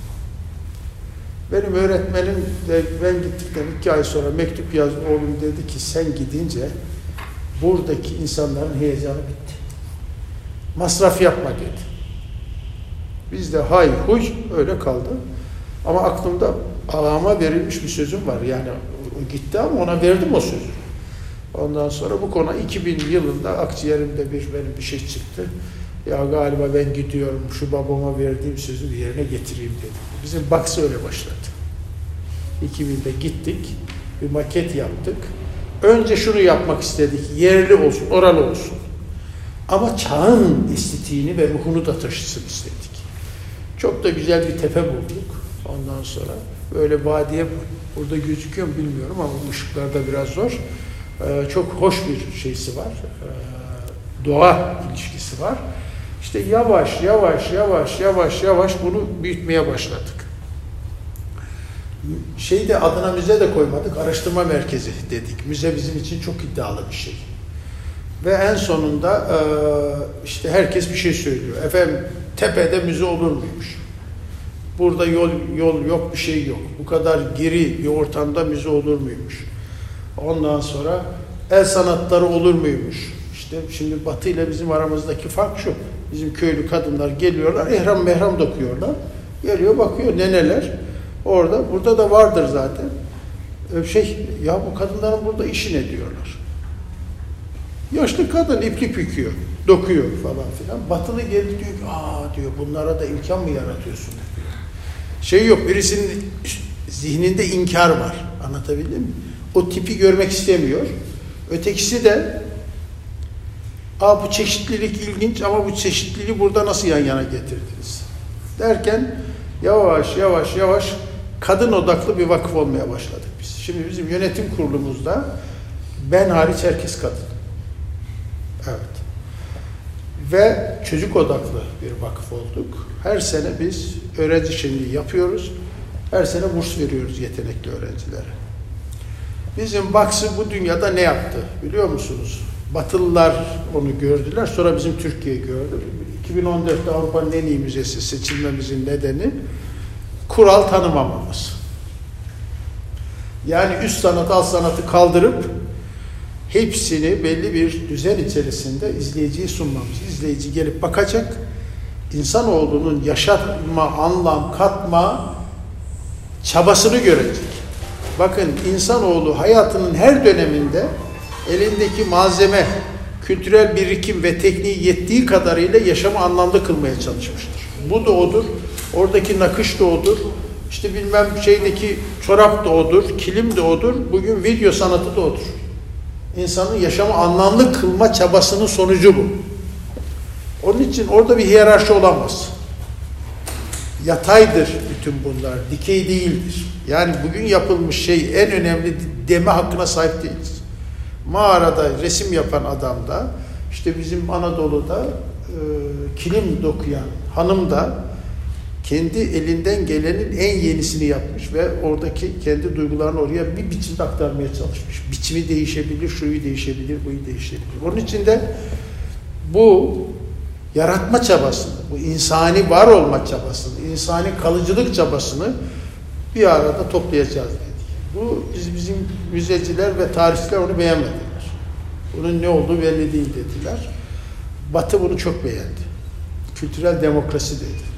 Benim öğretmenim de ben gittikten 2 ay sonra mektup yazdı. Oğlum dedi ki sen gidince buradaki insanların heyecanı bitti. Masraf yapma dedi. Biz de hay huy öyle kaldı. Ama aklımda ağama verilmiş bir sözüm var. Yani o gitti ama ona verdim o sözü. Ondan sonra bu konu 2000 yılında akciğerimde benim bir şey çıktı. Ya galiba ben gidiyorum, şu babama verdiğim sözü yerine getireyim dedim. Bizim baksı öyle başladı. 2000'de gittik, bir maket yaptık. Önce şunu yapmak istedik, yerli olsun, oralı olsun. Ama çağın estetiğini ve ruhunu da taşısın istedik. Çok da güzel bir tepe bulduk. Ondan sonra böyle vadiye, burada gözüküyor mu bilmiyorum ama bu ışıklarda biraz zor. Çok hoş bir şeysi var. Doğa ilişkisi var. Yavaş bunu büyütmeye başladık. Adına müze de koymadık, araştırma merkezi dedik. Müze bizim için çok iddialı bir şey. Ve en sonunda herkes bir şey söylüyor. Efendim tepede müze olur muymuş? Burada yol yok, bir şey yok. Bu kadar geri bir ortamda müze olur muymuş? Ondan sonra el sanatları olur muymuş? Şimdi Batı ile bizim aramızdaki fark şu. Bizim köylü kadınlar geliyorlar, ehram mehram dokuyorlar. Geliyor bakıyor neneler. Burada da vardır zaten. Ya bu kadınların burada işi ne diyorlar. Yaşlı kadın iplik büküyor, dokuyor falan filan. Batılı geldi diyor ki, diyor bunlara da imkan mı yaratıyorsun diyor. Yok, birisinin zihninde inkar var. Anlatabildim mi? O tipi görmek istemiyor. Ötekisi de bu çeşitlilik ilginç ama bu çeşitliliği burada nasıl yan yana getirdiniz? Derken yavaş kadın odaklı bir vakıf olmaya başladık biz. Şimdi bizim yönetim kurulumuzda ben hariç herkes kadın. Evet. Ve çocuk odaklı bir vakıf olduk. Her sene biz öğrenci şenliği yapıyoruz. Her sene burs veriyoruz yetenekli öğrencilere. Bizim Baksı bu dünyada ne yaptı biliyor musunuz? Batılılar onu gördüler, sonra bizim Türkiye gördü. 2014'te Avrupa'nın en iyi müzesi seçilmemizin nedeni kural tanımamamız. Yani üst sanatı, alt sanatı kaldırıp hepsini belli bir düzen içerisinde izleyiciye sunmamız. İzleyici gelip bakacak, insanoğlunun yaşatma, anlam katma çabasını görecek. Bakın, insanoğlu hayatının her döneminde elindeki malzeme, kültürel birikim ve tekniği yettiği kadarıyla yaşamı anlamlı kılmaya çalışmıştır. Bu da odur, oradaki nakış da odur, işte bilmem şeydeki çorap da odur, kilim de odur, bugün video sanatı da odur. İnsanın yaşamı anlamlı kılma çabasının sonucu bu. Onun için orada bir hiyerarşi olamaz. Yataydır bütün bunlar, dikey değildir. Yani bugün yapılmış şey en önemli deme hakkına sahip değiliz. Mağarada resim yapan adam da, işte bizim Anadolu'da kilim dokuyan hanım da kendi elinden gelenin en yenisini yapmış ve oradaki kendi duygularını oraya bir biçimde aktarmaya çalışmış. Biçimi değişebilir, şuyu değişebilir, buyu değişebilir. Onun için de bu yaratma çabasını, bu insani var olma çabasını, insani kalıcılık çabasını bir arada toplayacağız dedik. Bu bizim müzeciler ve tarihçiler onu beğenmediler. Bunun ne olduğu belli değil dediler. Batı bunu çok beğendi. Kültürel demokrasi dedi.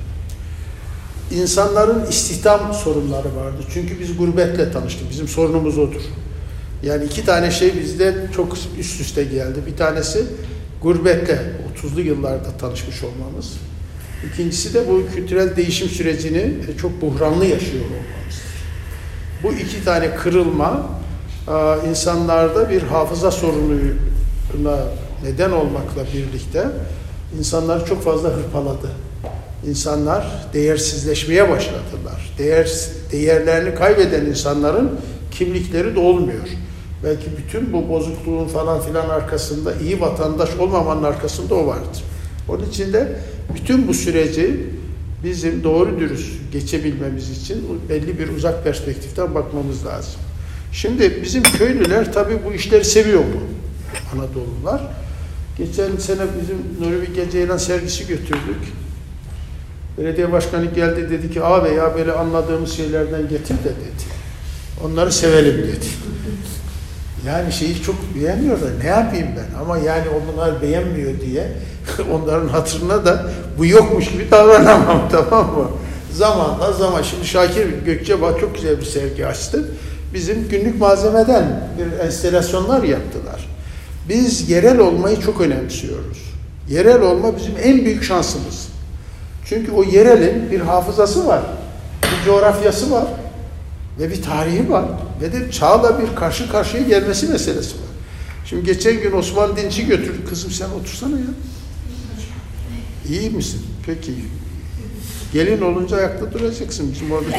İnsanların istihdam sorunları vardı. Çünkü biz gurbetle tanıştık. Bizim sorunumuz odur. Yani iki tane şey bizde çok üst üste geldi. Bir tanesi gurbetle 30'lu yıllarda tanışmış olmamız. İkincisi de bu kültürel değişim sürecini çok buhranlı yaşıyor olmamız. Bu iki tane kırılma insanlarda bir hafıza sorununa neden olmakla birlikte insanları çok fazla hırpaladı. İnsanlar değersizleşmeye başladılar. Değerlerini kaybeden insanların kimlikleri de olmuyor. Belki bütün bu bozukluğun falan filan arkasında, iyi vatandaş olmamanın arkasında o vardır. Onun için de bütün bu süreci bizim doğru dürüst geçebilmemiz için belli bir uzak perspektiften bakmamız lazım. Şimdi bizim köylüler tabii bu işleri seviyor mu? Anadolular. Geçen sene bizim Nuri Bilge Ceylan sergisi götürdük. Belediye başkanı geldi, dedi ki abi ya böyle anladığımız şeylerden getir de dedi. Onları sevelim dedi. Yani şeyi çok beğenmiyorlar. Ne yapayım ben? Ama yani onlar beğenmiyor diye onların hatırına da bu yokmuş gibi davranamam, tamam mı? Zamanla şimdi Şakir Gökçebağ çok güzel bir sergi açtı. Bizim günlük malzemeden bir enstalasyonlar yaptılar. Biz yerel olmayı çok önemsiyoruz. Yerel olma bizim en büyük şansımız. Çünkü o yerelin bir hafızası var, bir coğrafyası var ve bir tarihi var ve de çağla bir karşı karşıya gelmesi meselesi var. Şimdi geçen gün Osman Dinç'i götürdük. Kızım sen otursana ya. İyi misin? Peki. Gelin olunca ayakta duracaksın. Bizim orada.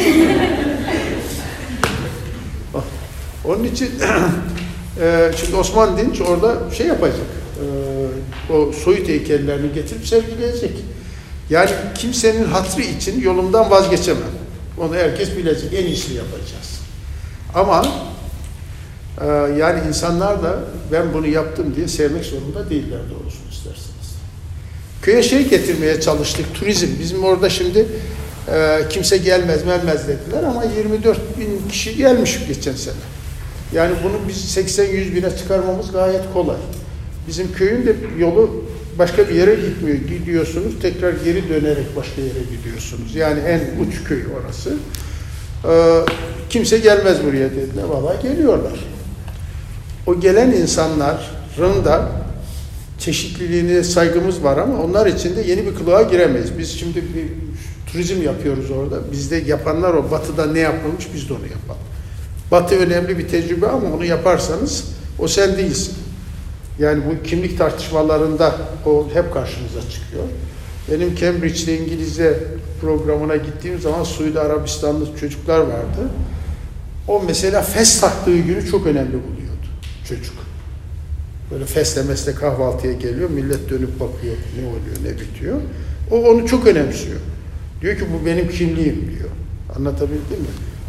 Onun için şimdi Osman Dinç orada şey yapacak. O soyut heykellerini getirip sergileyecek. Yani kimsenin hatrı için yolumdan vazgeçemem. Onu herkes bilecek. En iyisini yapacağız. Ama yani insanlar da ben bunu yaptım diye sevmek zorunda değiller doğrusunu isterseniz. Köye şey getirmeye çalıştık. Turizm. Bizim orada şimdi kimse gelmez dediler ama 24.000 kişi gelmiş geçen sene. Yani bunu biz 80-100 bine çıkarmamız gayet kolay. Bizim köyün de yolu başka bir yere gitmiyor. Gidiyorsunuz, tekrar geri dönerek başka yere gidiyorsunuz. Yani en uç köy orası. Kimse gelmez buraya dediler. Vallahi geliyorlar. O gelen insanların da çeşitliliğine saygımız var ama onlar için de yeni bir kılığa giremeyiz. Biz şimdi bir turizm yapıyoruz orada. Bizde yapanlar o. Batı'da ne yapılmış biz de onu yapalım. Batı önemli bir tecrübe ama onu yaparsanız o sen değilsin. Yani bu kimlik tartışmalarında o hep karşımıza çıkıyor. Benim Cambridge'de İngilizce programına gittiğim zaman Suudi Arabistanlı çocuklar vardı. O mesela fes taktığı günü çok önemli buluyordu çocuk. Böyle fesle mesle kahvaltıya geliyor, millet dönüp bakıyor ne oluyor ne bitiyor. O onu çok önemsiyor. Diyor ki bu benim kimliğim diyor. Anlatabildim mi?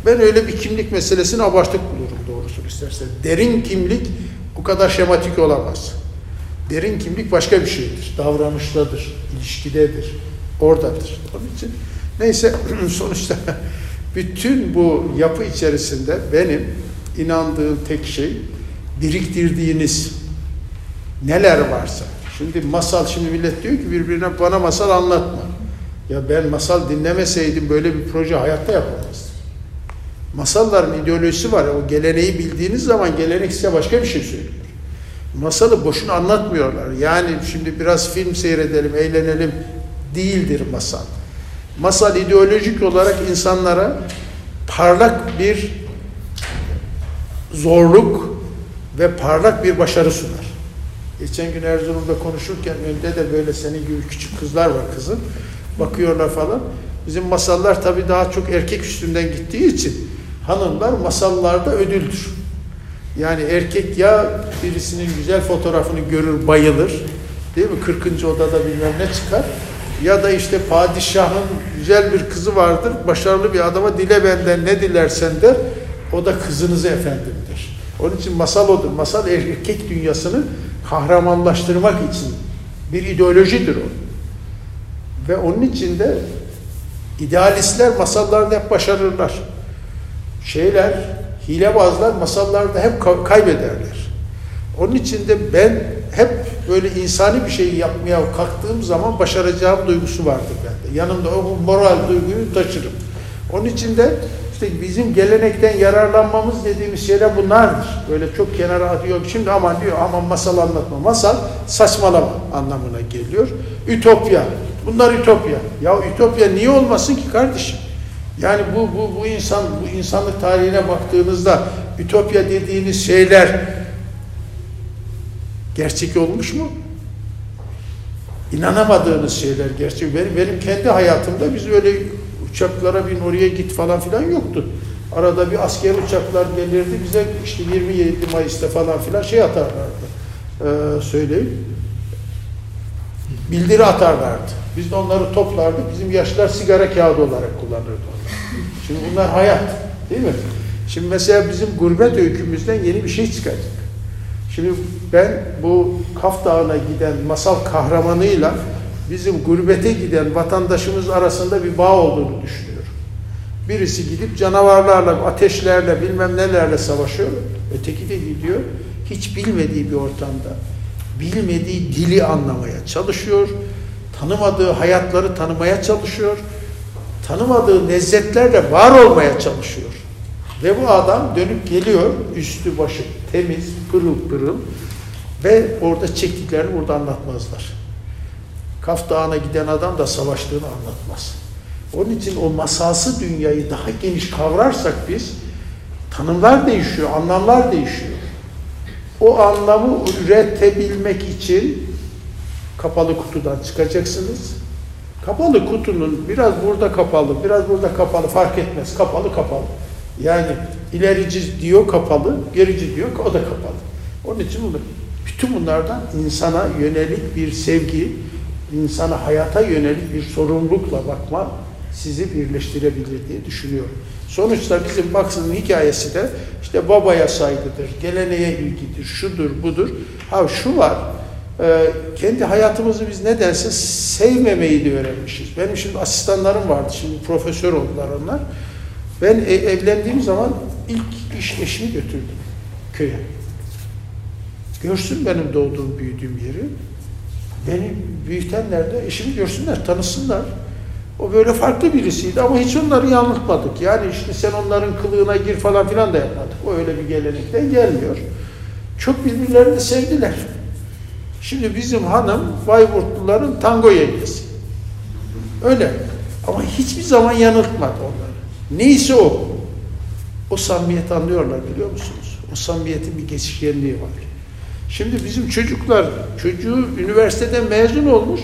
Ben öyle bir kimlik meselesini abartık bulurum doğrusunu istersen. Derin kimlik bu kadar şematik olamaz. Derin kimlik başka bir şeydir. Davranıştadır, ilişkidedir, oradadır. Onun için neyse sonuçta bütün bu yapı içerisinde benim inandığım tek şey biriktirdiğiniz neler varsa. Şimdi masal, şimdi millet diyor ki birbirine bana masal anlatma. Ya ben masal dinlemeseydim böyle bir proje hayatta yapamazdım. Masalların ideolojisi var. O geleneği bildiğiniz zaman gelenek size başka bir şey söylüyor. Masalı boşuna anlatmıyorlar. Yani şimdi biraz film seyredelim, eğlenelim değildir masal. Masal ideolojik olarak insanlara parlak bir zorluk ve parlak bir başarı sunar. Geçen gün Erzurum'da konuşurken önde de böyle senin gibi küçük kızlar var kızım. Bakıyorlar falan. Bizim masallar tabii daha çok erkek üstünden gittiği için hanımlar masallarda ödüldür. Yani erkek ya birisinin güzel fotoğrafını görür, bayılır. Değil mi? 40. odada bilmem ne çıkar. Ya da işte padişahın güzel bir kızı vardır. Başarılı bir adama dile benden ne dilersen der. O da kızınızı efendimdir. Onun için masal odur. Masal erkek dünyasını kahramanlaştırmak için bir ideolojidir o. Ve onun için de idealistler masallarda hep başarırlar. Hilebazlar masallarda hep kaybederler. Onun için de ben hep böyle insani bir şey yapmaya kalktığım zaman başaracağım duygusu vardır bende. Yanımda o moral duyguyu taşırım. Onun için de işte bizim gelenekten yararlanmamız dediğimiz şeyler bunlardır. Böyle çok kenara atıyor. Şimdi aman diyor, aman masal anlatma. Masal saçmalama anlamına geliyor. Ütopya. Bunlar ütopya. Ya ütopya niye olmasın ki kardeşim? Yani bu insanlık tarihine baktığınızda ütopya dediğiniz şeyler gerçek olmuş mu? İnanamadığınız şeyler gerçek. Benim kendi hayatımda biz öyle uçaklara bin, oraya git falan filan yoktu. Arada bir asker uçaklar gelirdi bize işte 27 Mayıs'ta falan filan şey atarlardı. Söyleyeyim. Bildiri atarlardı. Biz de onları toplardık. Bizim yaşlılar sigara kağıdı olarak kullanırdı onları. Şimdi bunlar hayat. Değil mi? Şimdi mesela bizim gurbet öykümüzden yeni bir şey çıkacak. Şimdi ben bu Kaf Dağı'na giden masal kahramanıyla bizim gurbete giden vatandaşımız arasında bir bağ olduğunu düşünüyorum. Birisi gidip canavarlarla, ateşlerle, bilmem nelerle savaşıyor. Öteki de gidiyor, hiç bilmediği bir ortamda, bilmediği dili anlamaya çalışıyor. Tanımadığı hayatları tanımaya çalışıyor. Tanımadığı lezzetlerle var olmaya çalışıyor. Ve bu adam dönüp geliyor, üstü başı temiz, pırıl pırıl ve orada çektiklerini burada anlatmazlar. Kaf Dağı'na giden adam da savaştığını anlatmaz. Onun için o masalsı dünyayı daha geniş kavrarsak biz, tanımlar değişiyor, anlamlar değişiyor. O anlamı üretebilmek için kapalı kutudan çıkacaksınız. Kapalı kutunun biraz burada kapalı, biraz burada kapalı fark etmez. Kapalı kapalı. Yani ilerici diyor kapalı, gerici diyor o da kapalı. Onun için bütün bunlardan insana yönelik bir sevgi, insana hayata yönelik bir sorumlulukla bakma sizi birleştirebilir diye düşünüyorum. Sonuçta bizim Baksın'ın hikayesi de işte babaya saygıdır, geleneğe ilgidir, şudur, budur. Ha şu var, kendi hayatımızı biz nedense sevmemeyi de öğrenmişiz. Benim şimdi asistanlarım vardı, şimdi profesör oldular onlar. Ben evlendiğim zaman ilk iş eşimi götürdüm köye. Görsün benim doğduğum, büyüdüğüm yeri. Beni büyütenler de eşimi görsünler, tanısınlar. O böyle farklı birisiydi ama hiç onları yanıltmadık. Yani işte sen onların kılığına gir falan filan da yapmadık. O öyle bir gelenekten gelmiyor. Çok birbirlerini sevdiler. Şimdi bizim hanım Bayburtluların tango yengesi. Öyle. Ama hiçbir zaman yanıltmadı onları. Neyse o. O samimiyeti anlıyorlar biliyor musunuz? O samimiyetin bir geçişkenliği var. Şimdi bizim çocuklar, çocuğu üniversiteden mezun olmuş,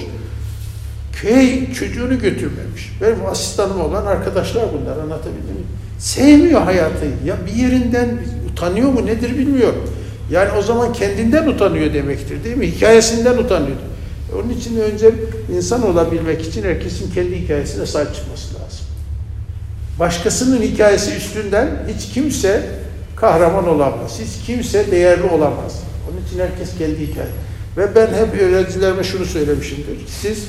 köye çocuğunu götürmemiş. Benim asistanım olan arkadaşlar bunlar, anlatabildim mi? Sevmiyor hayatı. Ya bir yerinden utanıyor mu nedir bilmiyorum. Yani o zaman kendinden utanıyor demektir değil mi? Hikayesinden utanıyor. Onun için önce insan olabilmek için herkesin kendi hikayesine sahip çıkması lazım. Başkasının hikayesi üstünden hiç kimse kahraman olamaz. Hiç kimse değerli olamaz. Onun için herkes kendi hikaye. Ve ben hep öğrencilerime şunu söylemişimdir. Siz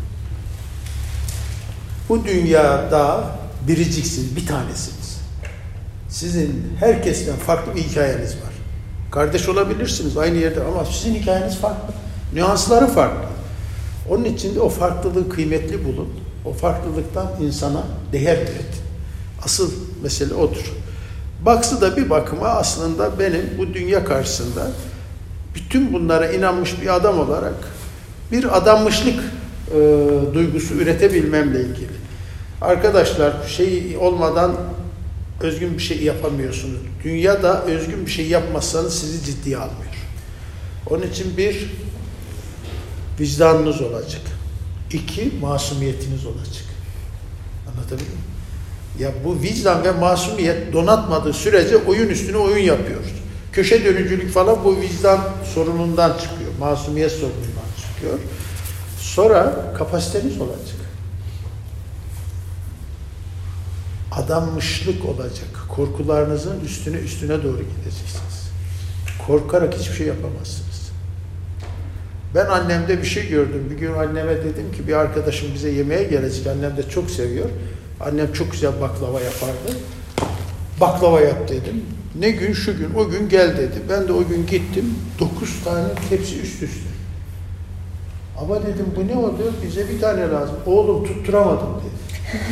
bu dünyada biriciksiniz, bir tanesiniz. Sizin herkesten farklı bir hikayeniz var. Kardeş olabilirsiniz aynı yerde ama sizin hikayeniz farklı. Nüansları farklı. Onun için de o farklılığı kıymetli bulun. O farklılıktan insana değer üretin. Asıl mesele odur. Baksı da bir bakıma aslında benim bu dünya karşısında bütün bunlara inanmış bir adam olarak bir adanmışlık duygusu üretebilmemle ilgili. Arkadaşlar şey olmadan özgün bir şey yapamıyorsunuz. Dünyada özgün bir şey yapmazsanız sizi ciddiye almıyor. Onun için bir, vicdanınız olacak. İki, masumiyetiniz olacak. Anlatabildim mi? Ya bu vicdan ve masumiyet donatmadığı sürece oyun üstüne oyun yapıyoruz. Köşe dönücülük falan bu vicdan sorunundan çıkıyor. Masumiyet sorunundan çıkıyor. Sonra kapasiteniz olacak. Adanmışlık olacak. Korkularınızın üstüne doğru gideceksiniz. Korkarak hiçbir şey yapamazsınız. Ben annemde bir şey gördüm. Bir gün anneme dedim ki bir arkadaşım bize yemeğe gelecek. Annem de çok seviyor. Annem çok güzel baklava yapardı. Baklava yap dedim. Ne gün şu gün o gün gel dedi. Ben de o gün gittim. 9 tane tepsi üst üste. Ama dedim bu ne oluyor? Bize bir tane lazım. Oğlum tutturamadım dedi.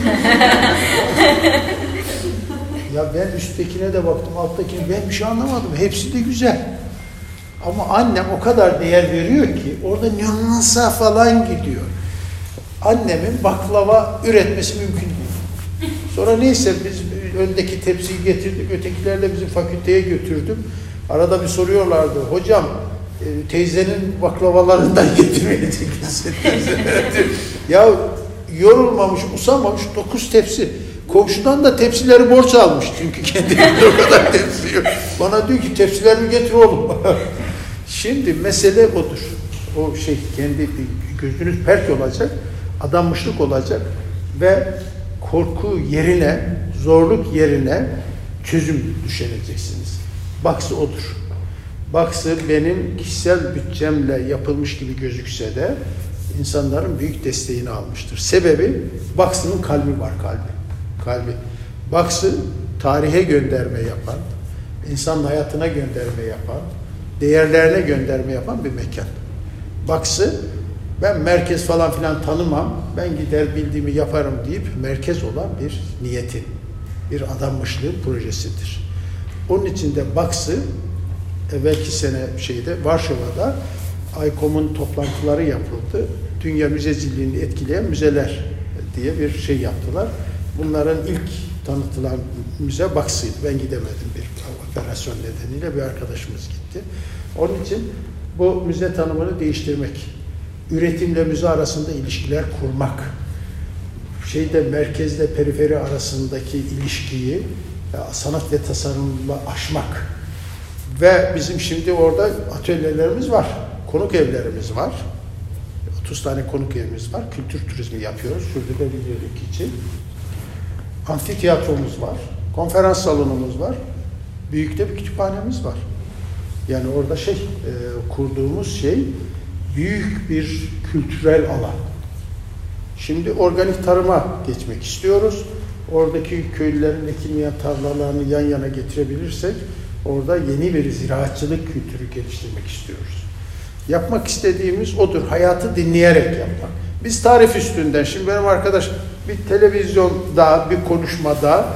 Ya ben üsttekine de baktım, alttakine ben bir şey anlamadım. Hepsi de güzel. Ama annem o kadar değer veriyor ki orada nüansa falan gidiyor. Annemin baklava üretmesi mümkün değil. Sonra neyse biz öndeki tepsiyi getirdik, ötekiler de bizim fakülteye götürdüm. Arada bir soruyorlardı, hocam teyzenin baklavalarından getirmeyecek misin? Ya yorulmamış, usamamış 9 tepsi. Komşudan da tepsileri borç almış. Çünkü kendine o kadar tepsi yok. Bana diyor ki tepsilerimi getir oğlum. Şimdi mesele odur. O kendi gözünüz pert olacak, adanmışlık olacak ve korku yerine, zorluk yerine çözüm düşüneceksiniz. Baksı odur. Baksı benim kişisel bütçemle yapılmış gibi gözükse de insanların büyük desteğini almıştır. Sebebi Baksı'nın kalbi var, kalbi. Baksı tarihe gönderme yapan, insanın hayatına gönderme yapan, değerlerine gönderme yapan bir mekan. Baksı ben merkez falan filan tanımam, ben gider bildiğimi yaparım deyip merkez olan bir niyetin, bir adanmışlığın projesidir. Onun için de Baksı evvelki sene Varşova'da ICOM'un toplantıları yapıldı. Dünya müzeciliğini etkileyen müzeler diye bir şey yaptılar. Bunların ilk tanıtılan müze Baksy'ydı. Ben gidemedim bir operasyon nedeniyle, bir arkadaşımız gitti. Onun için bu müze tanımını değiştirmek, üretimle müze arasında ilişkiler kurmak, merkezle periferi arasındaki ilişkiyi sanat ve tasarımla aşmak ve bizim şimdi orada atölyelerimiz var, konuk evlerimiz var. 30 tane konuk evimiz var. Kültür turizmi yapıyoruz sürdürülebilirlik için. Amfiteyatromuz var. Konferans salonumuz var. Büyük de bir kütüphanemiz var. Yani orada kurduğumuz büyük bir kültürel alan. Şimdi organik tarıma geçmek istiyoruz. Oradaki köylülerin ekilmeyen tarlalarını yan yana getirebilirsek orada yeni bir ziraatçılık kültürü geliştirmek istiyoruz. Yapmak istediğimiz odur. Hayatı dinleyerek yapmak. Biz tarif üstünden, şimdi benim arkadaş bir televizyonda, bir konuşmada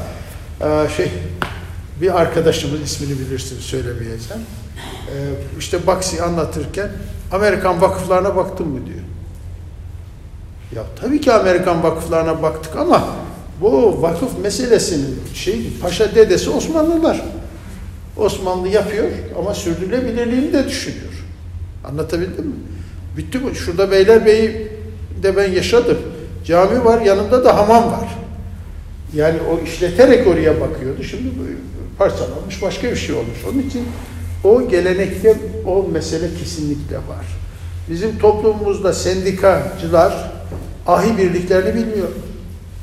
bir arkadaşımız, ismini bilirsiniz, söylemeyeceğim. Baksy'yi anlatırken Amerikan vakıflarına baktın mı diyor. Ya tabii ki Amerikan vakıflarına baktık ama bu vakıf meselesinin paşa dedesi Osmanlılar. Osmanlı yapıyor ama sürdürülebilirliğini de düşünüyor. Anlatabildim mi? Şurada Beylerbeyi'de ben yaşadım. Cami var, yanında da hamam var. Yani o işleterek oraya bakıyordu. Şimdi parçalanmış, başka bir şey olmuş. Onun için o gelenekte o mesele kesinlikle var. Bizim toplumumuzda sendikacılar ahi birliklerini bilmiyor.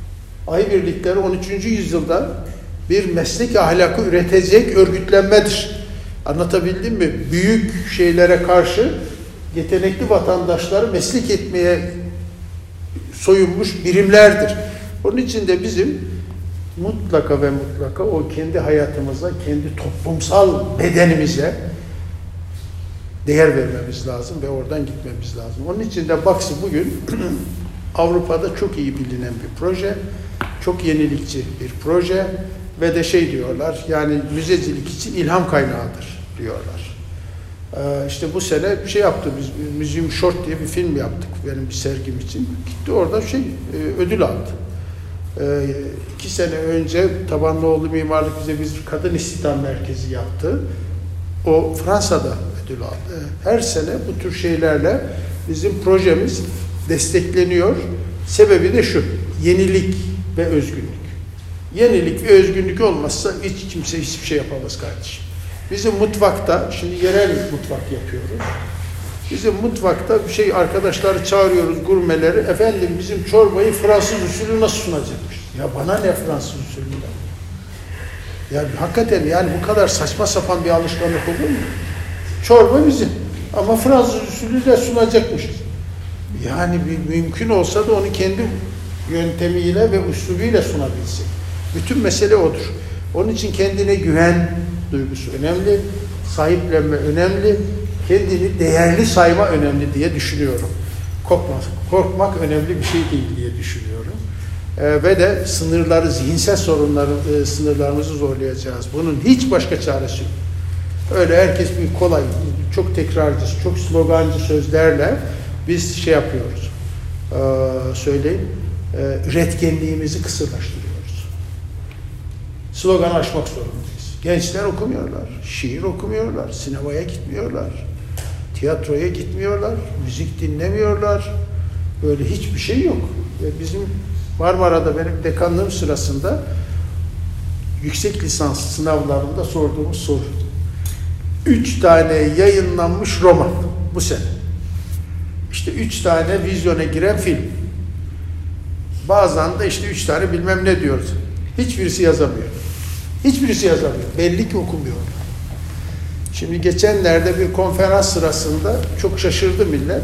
Aybirlikleri 13. yüzyılda bir meslek ahlakı üretecek örgütlenmedir. Anlatabildim mi? Büyük şeylere karşı yetenekli vatandaşları meslek etmeye soyunmuş birimlerdir. Onun için de bizim mutlaka ve mutlaka o kendi hayatımıza, kendi toplumsal bedenimize değer vermemiz lazım ve oradan gitmemiz lazım. Onun için de Baksı bugün Avrupa'da çok iyi bilinen bir proje, çok yenilikçi bir proje ve de şey diyorlar, yani müzecilik için ilham kaynağıdır diyorlar. İşte bu sene bir şey yaptı, biz Museum Short diye bir film yaptık benim bir sergim için. Gitti orada ödül aldı. 2 sene önce Tabanlıoğlu Mimarlık bize bir kadın istihdam merkezi yaptı. O Fransa'da ödül aldı. Her sene bu tür şeylerle bizim projemiz destekleniyor. Sebebi de şu, yenilik ve özgünlük. Yenilik ve özgünlük olmazsa hiç kimse hiçbir şey yapamaz kardeşim. Bizim mutfakta, şimdi yerel mutfak yapıyoruz. Bizim mutfakta bir şey arkadaşları çağırıyoruz, gurmeleri. Efendim bizim çorbayı Fransız usulü nasıl sunacakmış? Ya bana ne Fransız usulünden? Ya hakikaten yani bu kadar saçma sapan bir alışkanlık olur mu? Çorba bizim ama Fransız usulü de sunacakmışız. Yani bir mümkün olsa da onu kendi yöntemiyle ve üslubuyla sunabilsin. Bütün mesele odur. Onun için kendine güven duygusu önemli, sahiplenme önemli, kendini değerli sayma önemli diye düşünüyorum. Korkmak önemli bir şey değil diye düşünüyorum. Ve de zihinsel sınırlarımızı zorlayacağız. Bunun hiç başka çaresi yok. Öyle herkes bir kolay, çok tekrarcı, çok slogancı sözlerle biz şey yapıyoruz, üretkenliğimizi kısırlaştırıyoruz. Slogan aşmak zorundayız. Gençler okumuyorlar, şiir okumuyorlar, sinemaya gitmiyorlar, tiyatroya gitmiyorlar, müzik dinlemiyorlar. Böyle hiçbir şey yok. Ve bizim Marmara'da benim dekanlığım sırasında yüksek lisans sınavlarında sorduğumuz soru. 3 tane yayınlanmış roman bu sene. İşte 3 tane vizyona giren film. Bazen de işte 3 tane bilmem ne diyoruz. Hiçbirisi yazamıyor. Hiçbirisi yazamıyor. Belli ki okumuyorlar. Şimdi geçenlerde bir konferans sırasında çok şaşırdı millet.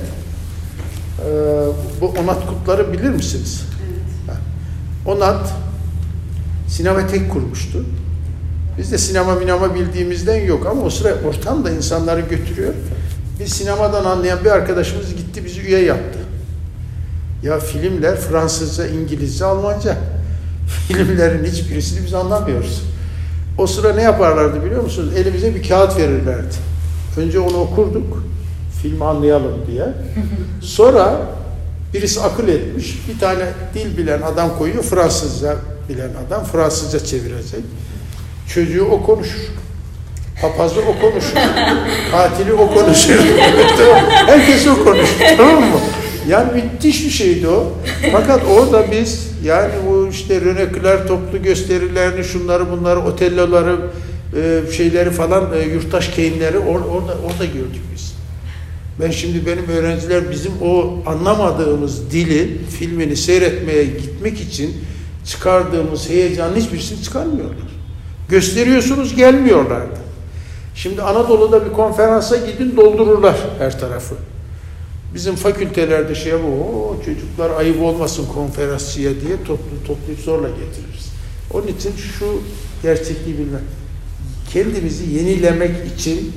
Bu Onat Kutlar'ı bilir misiniz? Evet. Onat Sinematek kurmuştu. Biz de sinema bildiğimizden yok ama o sıra ortam da insanları götürüyor. Biz sinemadan anlayan bir arkadaşımız gitti bizi üye yaptı. Ya filmler Fransızca, İngilizce, Almanca. Filmlerin hiçbirisini biz anlamıyoruz. O sıra ne yaparlardı biliyor musunuz? Elimize bir kağıt verirlerdi. Önce onu okurduk, filmi anlayalım diye. Sonra birisi akıl etmiş, bir tane dil bilen adam koyuyor, Fransızca bilen adam Fransızca çevirecek. Çocuğu o konuşur. Papazı o konuşur. Katili o konuşur. Herkes o konuşur. Tamam mı? Yani müthiş bir şeydi o. Fakat orada biz yani o işte René Clair toplu gösterilerini, şunları bunları, otelloları, şeyleri falan, yurttaş keyinleri orada gördük biz. Ben şimdi benim öğrenciler bizim o anlamadığımız dili, filmini seyretmeye gitmek için çıkardığımız heyecanın hiçbirisini çıkarmıyorlar. Gösteriyorsunuz, gelmiyorlardı. Şimdi Anadolu'da bir konferansa gidin, doldururlar her tarafı. Bizim fakültelerde çocuklar ayıp olmasın konferansçıya diye toplayıp zorla getiririz. Onun için şu gerçekliği bilmek. Kendimizi yenilemek için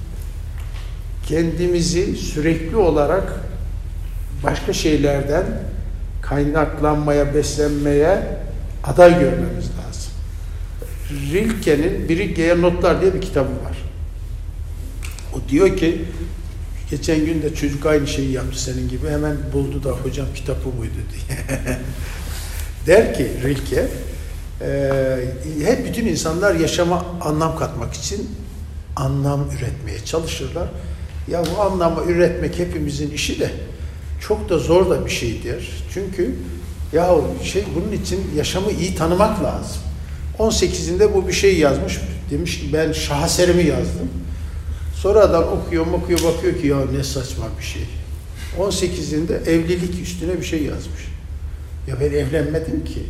kendimizi sürekli olarak başka şeylerden kaynaklanmaya, beslenmeye aday görmemiz lazım. Rilke'nin Brigge'ye Notlar diye bir kitabı var. O diyor ki, geçen gün de çocuk aynı şeyi yaptı senin gibi, hemen buldu da hocam kitap bu muydu diye. Der ki Rilke, hep bütün insanlar yaşama anlam katmak için anlam üretmeye çalışırlar. Ya bu anlamı üretmek hepimizin işi de çok da zor da bir şeydir. Çünkü bunun için yaşamı iyi tanımak lazım. 18'inde bu bir şey yazmış. Demiş ki ben şaheserimi yazdım. Sonra adam okuyor bakıyor ki ya ne saçma bir şey. 18'inde evlilik üstüne bir şey yazmış. Ya ben evlenmedim ki.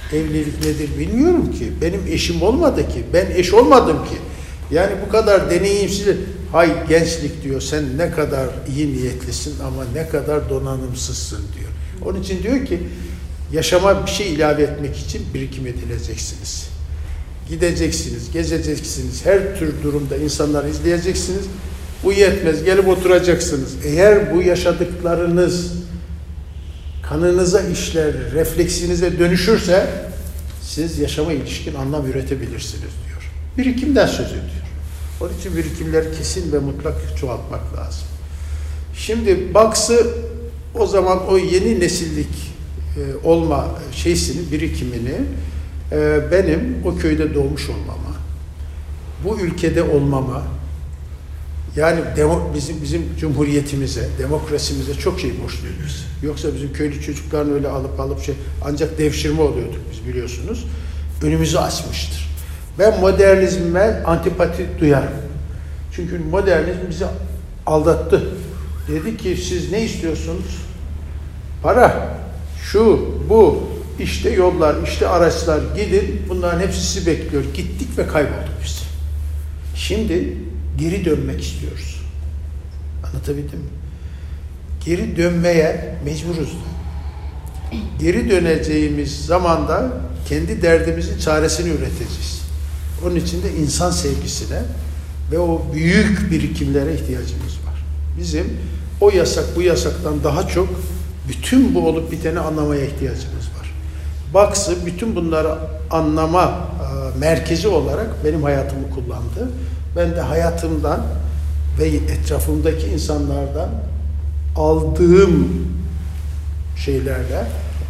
Evlilik nedir bilmiyorum ki. Benim eşim olmadı ki. Ben eş olmadım ki. Yani bu kadar deneyimsiz. Hay gençlik diyor, sen ne kadar iyi niyetlisin ama ne kadar donanımsızsın diyor. Onun için diyor ki yaşama bir şey ilave etmek için birikim edileceksiniz. Gideceksiniz, gezeceksiniz, her tür durumda insanları izleyeceksiniz. Bu yetmez, gelip oturacaksınız. Eğer bu yaşadıklarınız kanınıza işler, refleksinize dönüşürse siz yaşama ilişkin anlam üretebilirsiniz diyor. Birikimden söz ediyor. Onun için birikimleri kesin ve mutlak çoğaltmak lazım. Şimdi Bucks'ı o zaman o yeni nesillik olma şeysini, birikimini benim o köyde doğmuş olmama, bu ülkede olmama, yani bizim cumhuriyetimize, demokrasimize çok şey borçluyuz. Yoksa bizim köylü çocukların öyle alıp ancak devşirme oluyorduk biz biliyorsunuz. Önümüzü açmıştır. Ben modernizme antipati duyarım. Çünkü modernizm bizi aldattı. Dedi ki siz ne istiyorsunuz? Para, şu, bu, işte yollar, işte araçlar, gidin. Bunların hepsi sizi bekliyor. Gittik ve kaybolduk biz. Şimdi geri dönmek istiyoruz. Anlatabildim mi? Geri dönmeye mecburuz. Geri döneceğimiz zamanda kendi derdimizin çaresini üreteceğiz. Onun için de insan sevgisine ve o büyük birikimlere ihtiyacımız var. Bizim o yasak bu yasaktan daha çok bütün bu olup biteni anlamaya ihtiyacımız var. Bucks'ı bütün bunları anlama merkezi olarak benim hayatımı kullandı. Ben de hayatımdan ve etrafımdaki insanlardan aldığım şeylerle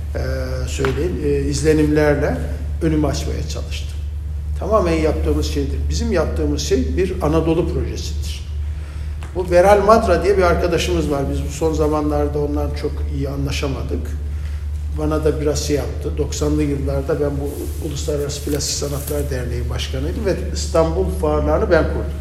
izlenimlerle önümü açmaya çalıştım. Tamamen yaptığımız şeydir. Bizim yaptığımız şey bir Anadolu projesidir. Bu Veral Madra diye bir arkadaşımız var. Biz bu son zamanlarda ondan çok iyi anlaşamadık. Bana da biraz şey yaptı. 90'lı yıllarda ben bu Uluslararası Plastik Sanatlar Derneği Başkanıydım ve İstanbul fuarlarını ben kurdum.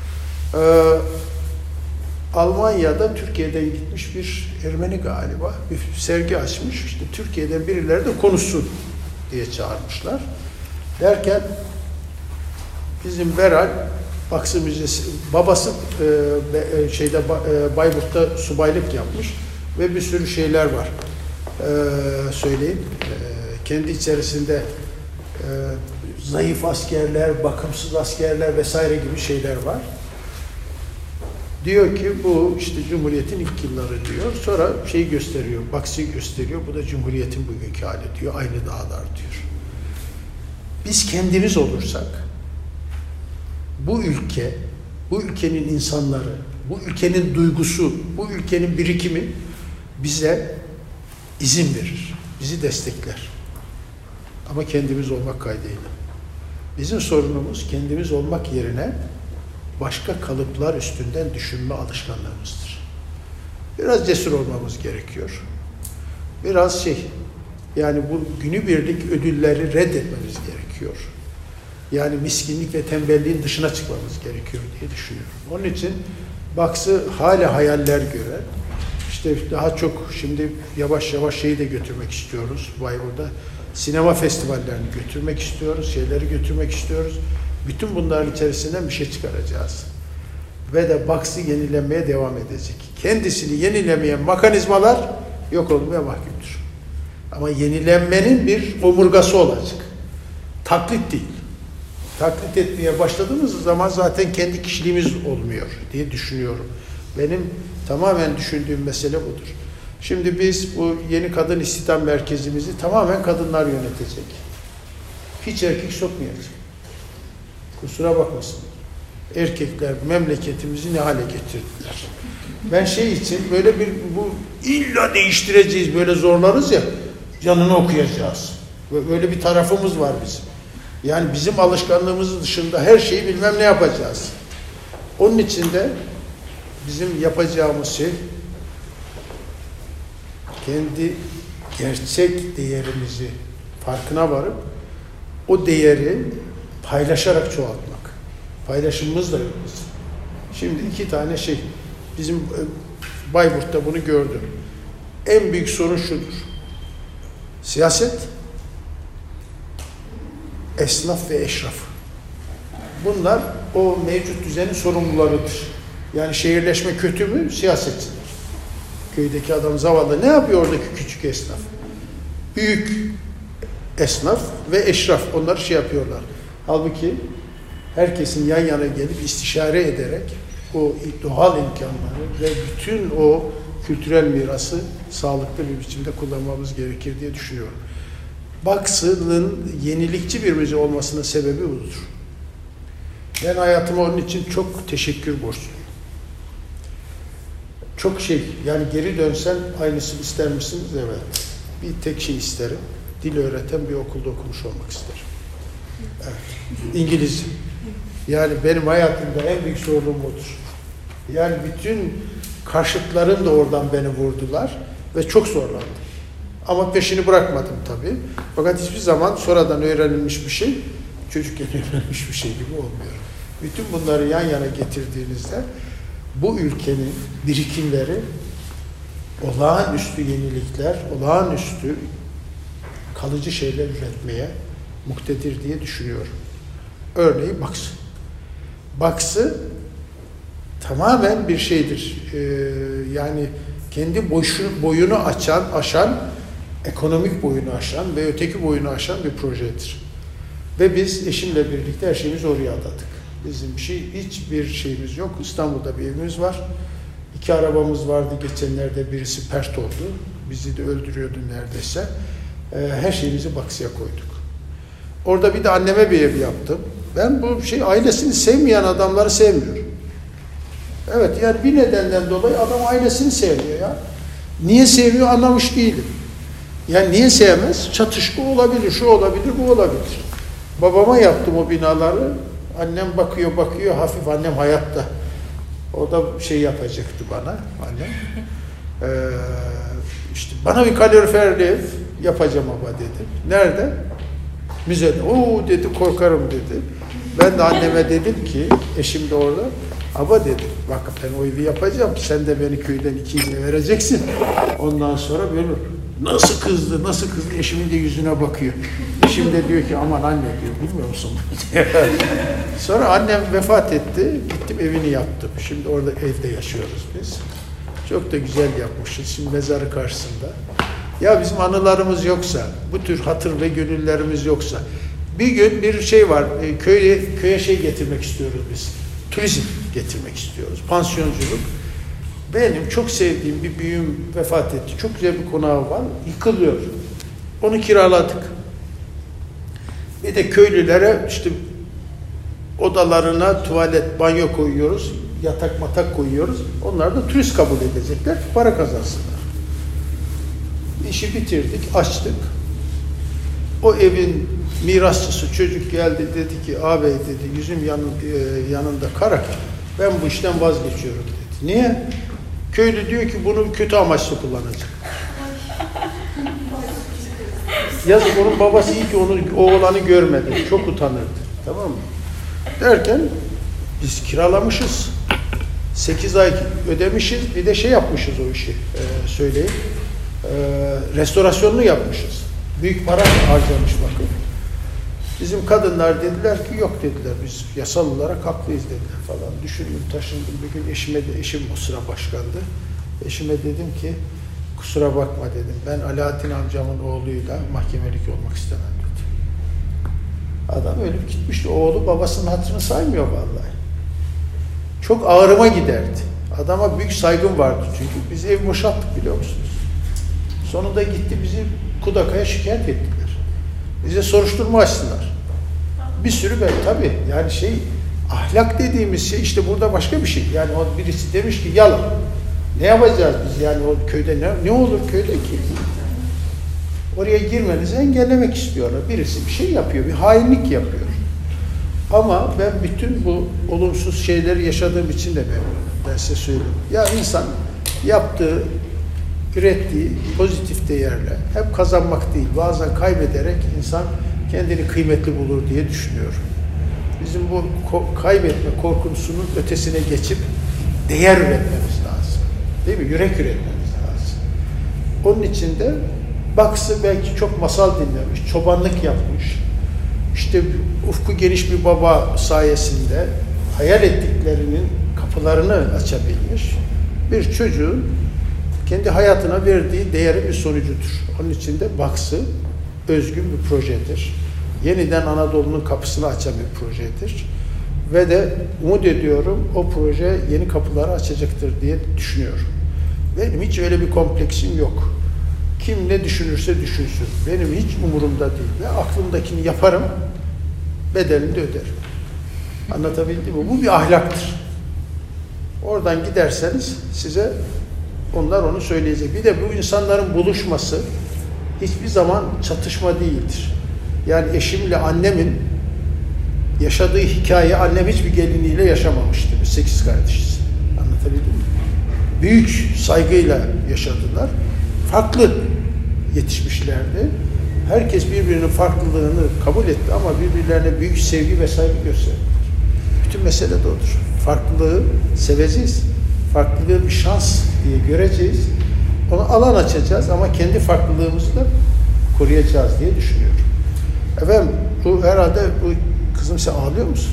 Almanya'da Türkiye'den gitmiş bir Ermeni galiba bir sergi açmış. İşte Türkiye'den birileri de konuşsun diye çağırmışlar. Derken bizim Veral Bucks'ı Müzesi, babası Bayburt'ta subaylık yapmış ve bir sürü şeyler var. Söyleyeyim. Kendi içerisinde zayıf askerler, bakımsız askerler vesaire gibi şeyler var. Diyor ki bu işte Cumhuriyet'in ilk yılları diyor. Sonra şeyi gösteriyor, Bucks'ı gösteriyor. Bu da Cumhuriyet'in bugünkü hali diyor. Aynı dağlar diyor. Biz kendimiz olursak bu ülke, bu ülkenin insanları, bu ülkenin duygusu, bu ülkenin birikimi bize izin verir. Bizi destekler. Ama kendimiz olmak kaydıyla. Bizim sorunumuz kendimiz olmak yerine başka kalıplar üstünden düşünme alışkanlığımızdır. Biraz cesur olmamız gerekiyor. Biraz yani bu günübirlik ödülleri reddetmemiz gerekiyor. Yani miskinlik ve tembelliğin dışına çıkmamız gerekiyor diye düşünüyorum. Onun için Bucks'ı hala hayaller gören, işte daha çok şimdi yavaş yavaş şeyi de götürmek istiyoruz. Bayburt'ta sinema festivallerini götürmek istiyoruz, şeyleri götürmek istiyoruz. Bütün bunların içerisinden bir şey çıkaracağız. Ve de Bucks'ı yenilenmeye devam edecek. Kendisini yenilemeyen mekanizmalar yok olmaya mahkumdur. Ama yenilenmenin bir omurgası olacak. Taklit değil. Taklit etmeye başladığımız zaman zaten kendi kişiliğimiz olmuyor diye düşünüyorum. Benim tamamen düşündüğüm mesele budur. Şimdi biz bu yeni kadın istihdam merkezimizi tamamen kadınlar yönetecek. Hiç erkek sokmayacak. Kusura bakmasın. Erkekler memleketimizi ne hale getirdiler. Ben için böyle bu illa değiştireceğiz böyle zorlarız ya, canını okuyacağız. Böyle bir tarafımız var bizim. Yani bizim alışkanlığımız dışında her şeyi bilmem ne yapacağız. Onun için de bizim yapacağımız şey kendi gerçek değerimizi farkına varıp o değeri paylaşarak çoğaltmak. Paylaşımımız da yok bizim. Şimdi 2 tane bizim Bayburt'ta bunu gördüm. En büyük sorun şudur. Siyaset esnaf ve eşraf. Bunlar o mevcut düzenin sorumlularıdır. Yani şehirleşme kötü mü? Siyasetçiler. Köydeki adam zavallı. Ne yapıyor oradaki küçük esnaf? Büyük esnaf ve eşraf. Onları şey yapıyorlar. Halbuki herkesin yan yana gelip istişare ederek o doğal imkanları ve bütün o kültürel mirası sağlıklı bir biçimde kullanmamız gerekir diye düşünüyorum. Baksı'nın yenilikçi bir müze olmasının sebebi budur. Ben hayatıma onun için çok teşekkür borçluyum. Çok yani geri dönsen aynısını ister misiniz? Evet. Bir tek şey isterim. Dil öğreten bir okulda okumuş olmak isterim. Evet. İngilizce. Yani benim hayatımda en büyük sorunum odur. Yani bütün karşıtlarım da oradan beni vurdular ve çok zorlandım. Ama peşini bırakmadım tabii. Fakat hiçbir zaman sonradan öğrenilmiş bir şey, çocukken öğrenilmiş bir şey gibi olmuyor. Bütün bunları yan yana getirdiğinizde bu ülkenin birikimleri olağanüstü yenilikler, olağanüstü kalıcı şeyler üretmeye muktedir diye düşünüyorum. Örneğin Baksı. Baksı tamamen bir şeydir. Yani kendi boyunu aşan, ekonomik boyunu aşan ve öteki boyunu aşan bir projedir. Ve biz eşimle birlikte her şeyimizi oraya adadık. Bizim hiçbir şeyimiz yok. İstanbul'da bir evimiz var. 2 arabamız vardı. Geçenlerde birisi pert oldu. Bizi de öldürüyordu neredeyse. Her şeyimizi Baksı'ya koyduk. Orada bir de anneme bir ev yaptım. Ben bu ailesini sevmeyen adamları sevmiyorum. Evet, yani bir nedenden dolayı adam ailesini sevmiyor ya. Niye sevmiyor anlamış değilim. Yani niye sevmez? Çatışma olabilir, şu olabilir, bu olabilir. Babama yaptım o binaları. Annem bakıyor, hafif annem hayatta. O da yapacaktı bana, annem. İşte bana bir kaloriferli ev yapacağım baba dedim. Nerede? Müzede. Oo dedi, korkarım dedi. Ben de anneme dedim ki, eşim de orada. Aba dedim, bak ben o evi yapacağım, sen de beni köyden 2 izine vereceksin. Ondan sonra böyle nasıl kızdı, eşimin de yüzüne bakıyor. Eşim de diyor ki aman anne diyor, bilmiyor musun? Sonra annem vefat etti, gittim evini yaptım. Şimdi orada evde yaşıyoruz biz. Çok da güzel yapmışız, şimdi mezarı karşısında. Ya bizim anılarımız yoksa, bu tür hatır ve gönüllerimiz yoksa, bir gün bir şey var, köye getirmek istiyoruz biz. Turizm getirmek istiyoruz. Pansiyonculuk. Benim çok sevdiğim bir büyüğüm vefat etti. Çok güzel bir konağı var. Yıkılıyor. Onu kiraladık. Bir de köylülere işte odalarına tuvalet, banyo koyuyoruz. Yatak matak koyuyoruz. Onlar da turist kabul edecekler. Para kazansınlar. İşi bitirdik. Açtık. O evin mirasçısı çocuk geldi dedi ki ağabey dedi yüzüm yanında kara ben bu işten vazgeçiyorum dedi. Niye? Köylü diyor ki bunu kötü amaçlı kullanacak. Yazık onun babası iyi ki o oğlanı görmedi. Çok utanırdı. Tamam mı? Derken biz kiralamışız. 8 ay ödemişiz. Bir de yapmışız o işi. Söyleyeyim. Restorasyonunu yapmışız. Büyük para harcamış bakın. Bizim kadınlar dediler ki yok dediler biz yasal olarak haklıyız dediler falan. Düşündüm taşındım bir gün eşim o sıra başkandı. Eşime dedim ki kusura bakma dedim ben Alaaddin amcamın oğluyla mahkemelik olmak istemem dedi. Adam ölüp gitmişti. Oğlu babasının hatırını saymıyor vallahi. Çok ağrıma giderdi. Adama büyük saygım vardı çünkü biz ev boşalttık biliyor musunuz? Sonunda gitti bizi Kudaka'ya şikayet ettiler. Bize soruşturma açtılar. Bir sürü tabii yani ahlak dediğimiz şey işte burada başka bir şey. Yani o birisi demiş ki yalan. Ne yapacağız biz yani o köyde ne olur köyde ki? Oraya girmenizi engellemek istiyorlar. Birisi bir şey yapıyor, bir hainlik yapıyor. Ama ben bütün bu olumsuz şeyleri yaşadığım için de memnunum. Ben size söyleyeyim. Ya insan yaptığı, ürettiği pozitif değerle hep kazanmak değil, bazen kaybederek insan kendini kıymetli bulur diye düşünüyorum. Bizim bu kaybetme korkusunun ötesine geçip değer üretmemiz lazım. Değil mi? Yürek üretmemiz lazım. Onun için de Baksı belki çok masal dinlemiş, çobanlık yapmış, işte ufku geniş bir baba sayesinde hayal ettiklerinin kapılarını açabilmiş bir çocuğun kendi hayatına verdiği değerin bir sonucudur. Onun için de Baksı özgün bir projedir. Yeniden Anadolu'nun kapısını açan bir projedir. Ve de umut ediyorum o proje yeni kapıları açacaktır diye düşünüyorum. Benim hiç öyle bir kompleksim yok. Kim ne düşünürse düşünsün. Benim hiç umurumda değil. Ve aklımdakini yaparım, bedelini de öderim. Anlatabildim mi? Bu bir ahlaktır. Oradan giderseniz size onlar onu söyleyecek. Bir de bu insanların buluşması hiçbir zaman çatışma değildir. Yani eşimle annemin yaşadığı hikaye, annem hiçbir geliniyle yaşamamıştı. Biz 8 kardeşiz. Anlatabildim mi? Büyük saygıyla yaşadılar. Farklı yetişmişlerdi. Herkes birbirinin farklılığını kabul etti ama birbirlerine büyük sevgi ve saygı gösterdiler. Bütün mesele de odur. Farklılığı seveceğiz. Farklılığı bir şans diye göreceğiz. Ona alan açacağız ama kendi farklılığımızı da koruyacağız diye düşünüyorum. Efendim, bu herhalde bu kızım sen ağlıyor musun?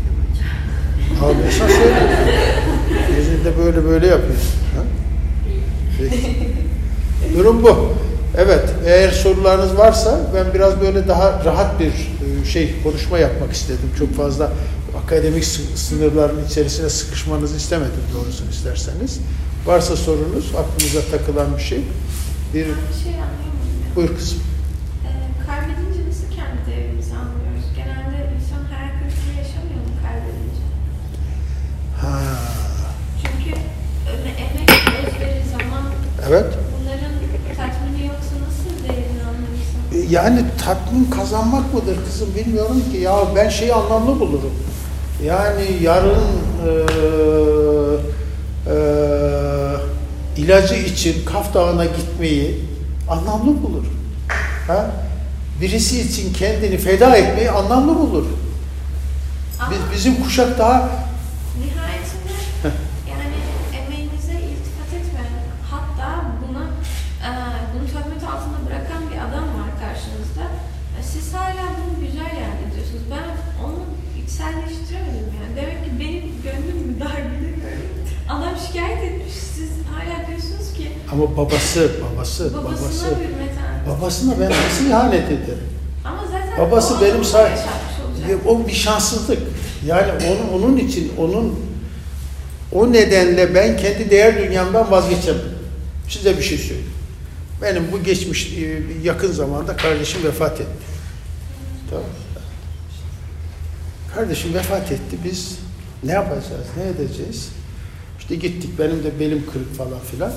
Ağlıyorsan söyle. Yüzünde böyle yapıyorsun. Ha? Peki. Durum bu. Evet, eğer sorularınız varsa ben biraz böyle daha rahat bir konuşma yapmak istedim. Çok fazla akademik sınırların içerisine sıkışmanızı istemedim doğrusunu isterseniz. Varsa sorunuz, aklınıza takılan bir şey. Bir şey anlayamadım. Buyur kızım. Kaybedince nasıl kendi değerimizi anlıyoruz? Genelde insan hayal kırıklığı yaşamıyor mu kaybedince? Ha. Çünkü emek, özveri, zaman, Evet. bunların tatmini yoksa nasıl değerini anlarsın? Yani tatmin kazanmak mıdır kızım bilmiyorum ki. Ya ben şeyi anlamlı bulurum. Yani yarın ilacı için Kaf Dağı'na gitmeyi anlamlı bulur. Ha? Birisi için kendini feda etmeyi anlamlı bulur. Bizim kuşak daha Nihayetinde yani emeğinize iltifat etmeyen, hatta bunu töhmet altında bırakan bir adam var karşınızda. Siz hala bunu güzel yerde diyorsunuz. Ben onu içselleştiremedim yani. Demek ki benim gönlüm mü dar bilmiyorum. Adam şikayet etmiş, siz hala diyorsunuz ki ama babasına hürmeten. Babasına ben nasıl ihanet ederim? Ama zaten Babası o benim yaşatmış olacak. o bir şanssızlık. Yani onun için o nedenle ben kendi değer dünyamdan vazgeçemem. Size bir şey söyleyeyim. Benim bu geçmiş yakın zamanda kardeşim vefat etti. Tamam. Kardeşim vefat etti. Biz ne yapacağız? Ne edeceğiz? İşte gittik. Benim de belim kırık falan filan.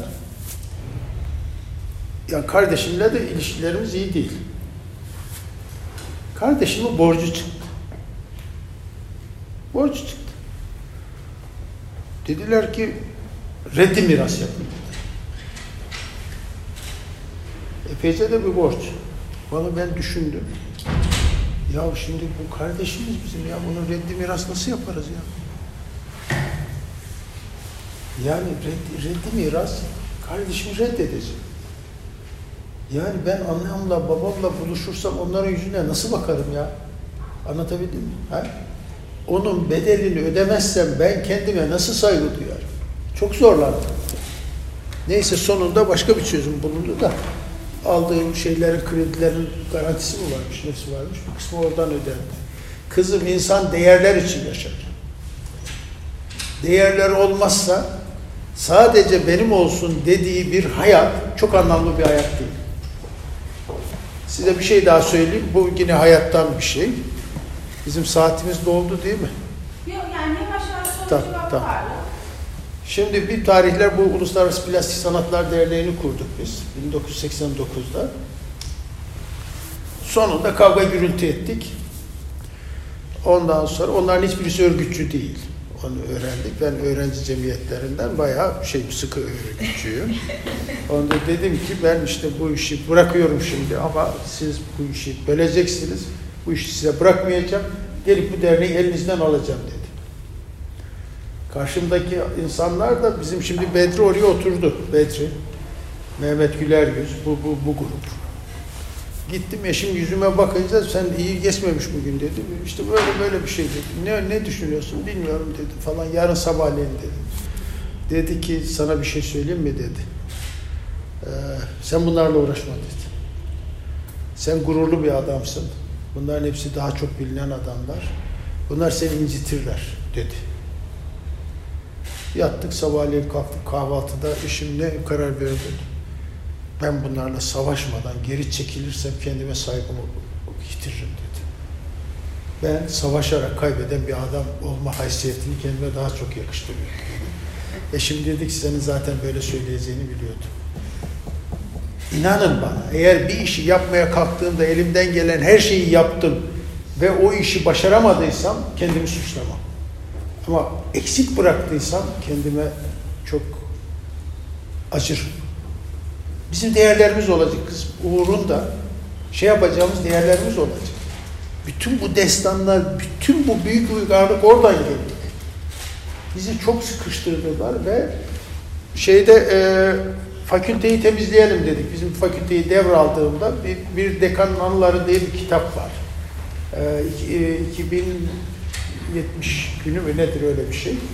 Ya kardeşimle de ilişkilerimiz iyi değil. Kardeşimin borcu çıktı. Borcu çıktı. Dediler ki reddi miras yapın. Epeyce de bir borç. Vallahi ben düşündüm. Ya şimdi bu kardeşimiz bizim ya. Bunun reddi miras nasıl yaparız ya? Yani reddi miras kardeşimi reddedecek. Yani ben annemle babamla buluşursam onların yüzüne nasıl bakarım ya? Anlatabildim mi? Ha? Onun bedelini ödemezsem ben kendime nasıl saygı duyarım? Çok zorlandım. Neyse sonunda başka bir çözüm bulundu da aldığım şeylerin, kredilerin garantisi mi varmış, nesi varmış? Bir kısmı oradan ödendi. Kızım insan değerler için yaşar. Değerler olmazsa sadece benim olsun dediği bir hayat çok anlamlı bir hayat değil. Size bir şey daha söyleyeyim. Bu yine hayattan bir şey. Bizim saatimiz doldu değil mi? Yok yani yavaş yavaş Tamam. Şimdi bir tarihler bu Uluslararası Plastik Sanatlar Derneği'ni kurduk biz 1989'da. Sonunda kavga gürültü ettik. Ondan sonra onların hiçbirisi örgütçü değil. Onu öğrendik. Ben öğrenci cemiyetlerinden bayağı sıkı örgütçüyüm. Onda dedim ki ben işte bu işi bırakıyorum şimdi ama siz bu işi böleceksiniz. Bu işi size bırakmayacağım. Gelip bu derneği elinizden alacağım dedi. Karşımdaki insanlar da bizim şimdi Bedri oraya oturdu. Bedri, Mehmet Güler Yüz, bu grup. Gittim eşim yüzüme bakınca sen iyi geçmemiş bugün dedi. İşte böyle bir şey dedi. Ne düşünüyorsun bilmiyorum dedi falan. Yarın sabahleyin dedi. Dedi ki sana bir şey söyleyeyim mi dedi. Sen bunlarla uğraşma dedi. Sen gururlu bir adamsın. Bunların hepsi daha çok bilinen adamlar. Bunlar seni incitirler dedi. Yattık sabahleyin kalktık kahvaltıda eşimle karar verdim. Ben bunlarla savaşmadan geri çekilirsem kendime saygımı yitiririm dedi. Ben savaşarak kaybeden bir adam olma haysiyetini kendime daha çok yakıştırıyorum dedi. Eşim dedi ki senin zaten böyle söyleyeceğini biliyordum. İnanın bana eğer bir işi yapmaya kalktığımda elimden gelen her şeyi yaptım ve o işi başaramadıysam kendimi suçlamam. Ama eksik bıraktıysam kendime çok acırım. Bizim değerlerimiz olacak kız. Uğrunda yapacağımız değerlerimiz olacak. Bütün bu destanlar, bütün bu büyük uygarlık oradan geliyor. Bizi çok sıkıştırdılar ve fakülteyi temizleyelim dedik. Bizim fakülteyi devraldığımda bir dekanın anıları diye bir kitap var. 2070 günü mü nedir öyle bir şey.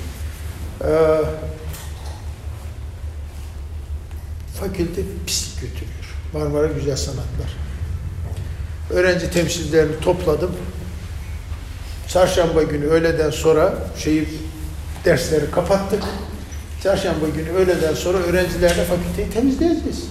Fakülte pislik götürüyor. Marmara Güzel Sanatlar. Öğrenci temsilcilerini topladım. Çarşamba günü öğleden sonra dersleri kapattık. Çarşamba günü öğleden sonra öğrencilerle fakülteyi temizleyeceğiz.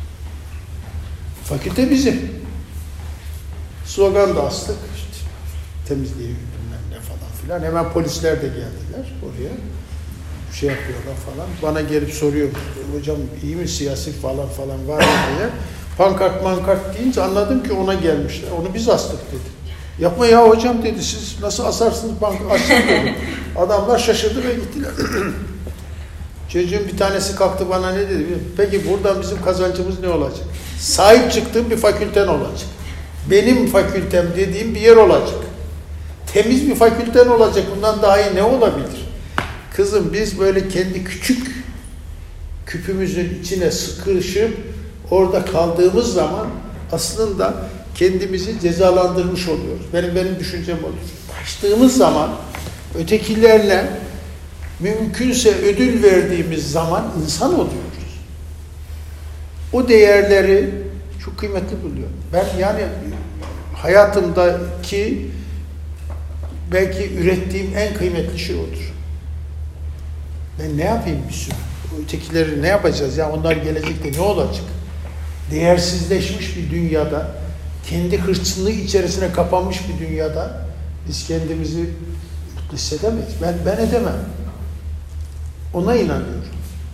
Fakülte bizim. Slogan da astık. İşte, temizliği bilmem ne falan filan. Hemen polisler de geldiler oraya. Yapıyorlar falan. Bana gelip soruyor. Hocam iyi mi siyasi falan var mı diye. Pankart deyince anladım ki ona gelmişler. Onu biz astık dedi. Yapma ya hocam dedi. Siz nasıl asarsınız pankart astık dedi. Adamlar şaşırdı ve gittiler. Çocuğun bir tanesi kalktı bana ne dedi? Peki buradan bizim kazancımız ne olacak? Sahip çıktığım bir fakülten olacak. Benim fakültem dediğim bir yer olacak. Temiz bir fakülten olacak. Bundan daha iyi ne olabilir? Kızım biz böyle kendi küçük küpümüzün içine sıkışıp orada kaldığımız zaman aslında kendimizi cezalandırmış oluyoruz. Benim düşüncem olur. Taştığımız zaman ötekilerle mümkünse ödül verdiğimiz zaman insan oluyoruz. O değerleri çok kıymetli buluyorum. Ben yani hayatımdaki belki ürettiğim en kıymetli şey odur. Ben ne yapayım bir sürü? Ötekileri ne yapacağız? Ya onlar gelecekte ne olacak? Değersizleşmiş bir dünyada, kendi hırsızlığı içerisine kapanmış bir dünyada biz kendimizi mutlu hissedemeyiz. Ben edemem. Ona inanıyorum.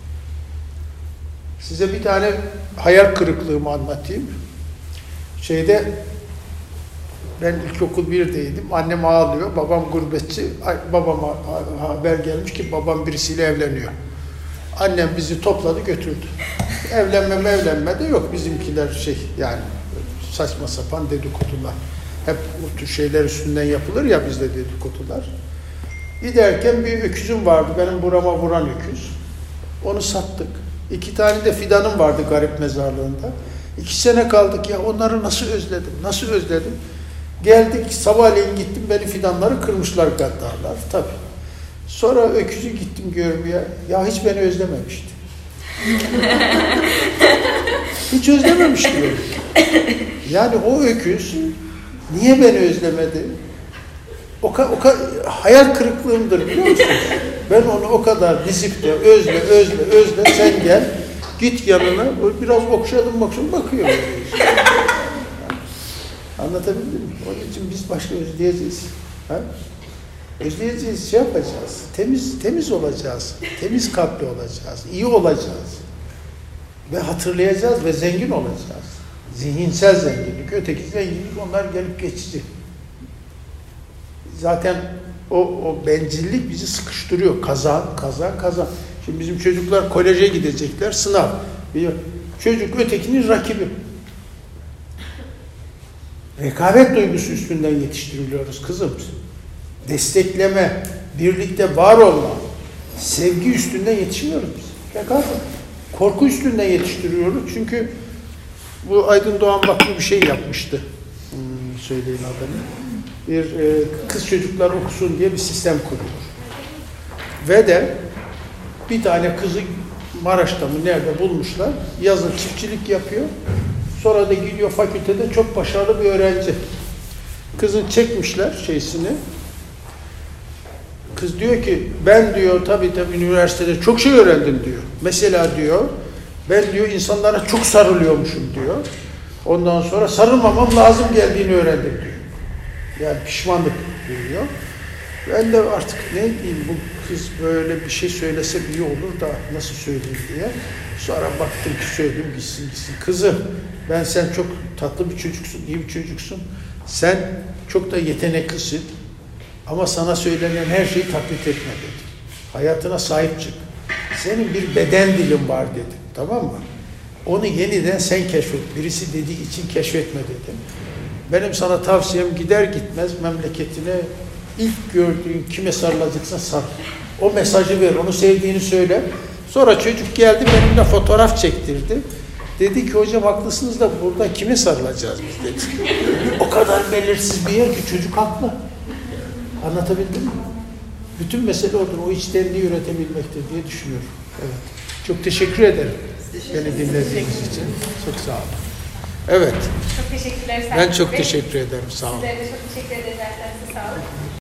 Size bir tane hayal kırıklığımı anlatayım. Ben ilkokul 1'deydim. Annem ağlıyor. Babam gurbetçi. Babama haber gelmiş ki babam birisiyle evleniyor. Annem bizi topladı götürdü. Evlenme de yok. Bizimkiler yani saçma sapan dedikodular. Hep bu tür şeyler üstünden yapılır ya bizde dedikodular. Giderken bir öküzüm vardı. Benim burama vuran öküz. Onu sattık. 2 tane de fidanım vardı garip mezarlığında. 2 sene kaldık ya onları nasıl özledim. Geldik sabahleyin gittim beni fidanları kırmışlar gaddarlar tabii. Sonra öküzü gittim görmeye. Ya hiç beni özlememişti. Hiç özlememişti beni. Yani o öküz niye beni özlemedi? Hayal kırıklığımdır biliyor musunuz? Ben onu o kadar dizip de özle sen gel git yanına biraz okşadım bakıyor. Anlatabildim mi? Onun için biz başka özleyeceğiz. Özleyeceğiz, yapacağız. Temiz olacağız. Temiz kalpli olacağız. İyi olacağız. Ve hatırlayacağız ve zengin olacağız. Zihinsel zenginlik, öteki zenginlik onlar gelip geçici. Zaten o bencillik bizi sıkıştırıyor. Kazan. Şimdi bizim çocuklar koleje gidecekler, sınav. Çocuk ötekinin rakibi. Rekabet duygusu üstünden yetiştiriliyoruz kızım. Destekleme, birlikte var olma, sevgi üstünden yetişmiyoruz biz. Rekabet. Korku üstünden yetiştiriyoruz çünkü Bu Aydın Doğan Vakfı bir şey yapmıştı. Söyleyin adını. Bir kız çocuklar okusun diye bir sistem kurulur. Ve de bir tane kızı Maraş'ta mı nerede bulmuşlar. Yazın çiftçilik yapıyor. Sonra da gidiyor fakültede çok başarılı bir öğrenci. Kızın çekmişler şeysini. Kız diyor ki ben diyor tabii üniversitede çok şey öğrendim diyor. Mesela diyor ben diyor insanlara çok sarılıyormuşum diyor. Ondan sonra sarılmamam lazım geldiğini öğrendim diyor. Yani pişmanlık duyuyor. Ben de artık ne diyeyim bu kız böyle bir şey söylese iyi olur da nasıl söyleyeyim diye. Sonra baktım ki söyleyeyim gitsin. Kızım ben sen çok tatlı bir çocuksun, iyi bir çocuksun. Sen çok da yeteneklisin. Ama sana söylenen her şeyi taklit etme dedi. Hayatına sahip çık. Senin bir beden dilin var dedi. Tamam mı? Onu yeniden sen keşfet. Birisi dediği için keşfetme dedi. Benim sana tavsiyem gider gitmez memleketine ilk gördüğün kime sarılacaksan sarıl. O mesajı ver, onu sevdiğini söyle. Sonra çocuk geldi benimle fotoğraf çektirdi. Dedi ki hocam haklısınız da burada kime sarılacağız biz dedi. O kadar belirsiz bir yer ki çocuk haklı. Anlatabildim mi? Bütün mesele odur. O içtenliği üretebilmektir diye düşünüyorum. Evet. Çok teşekkür ederim. Beni dinlediğiniz için. Çok sağ olun. Evet. Çok teşekkürler. Ben çok teşekkür ederim. Sağ olun. Sizlere de çok teşekkür ederiz. Sağ olun.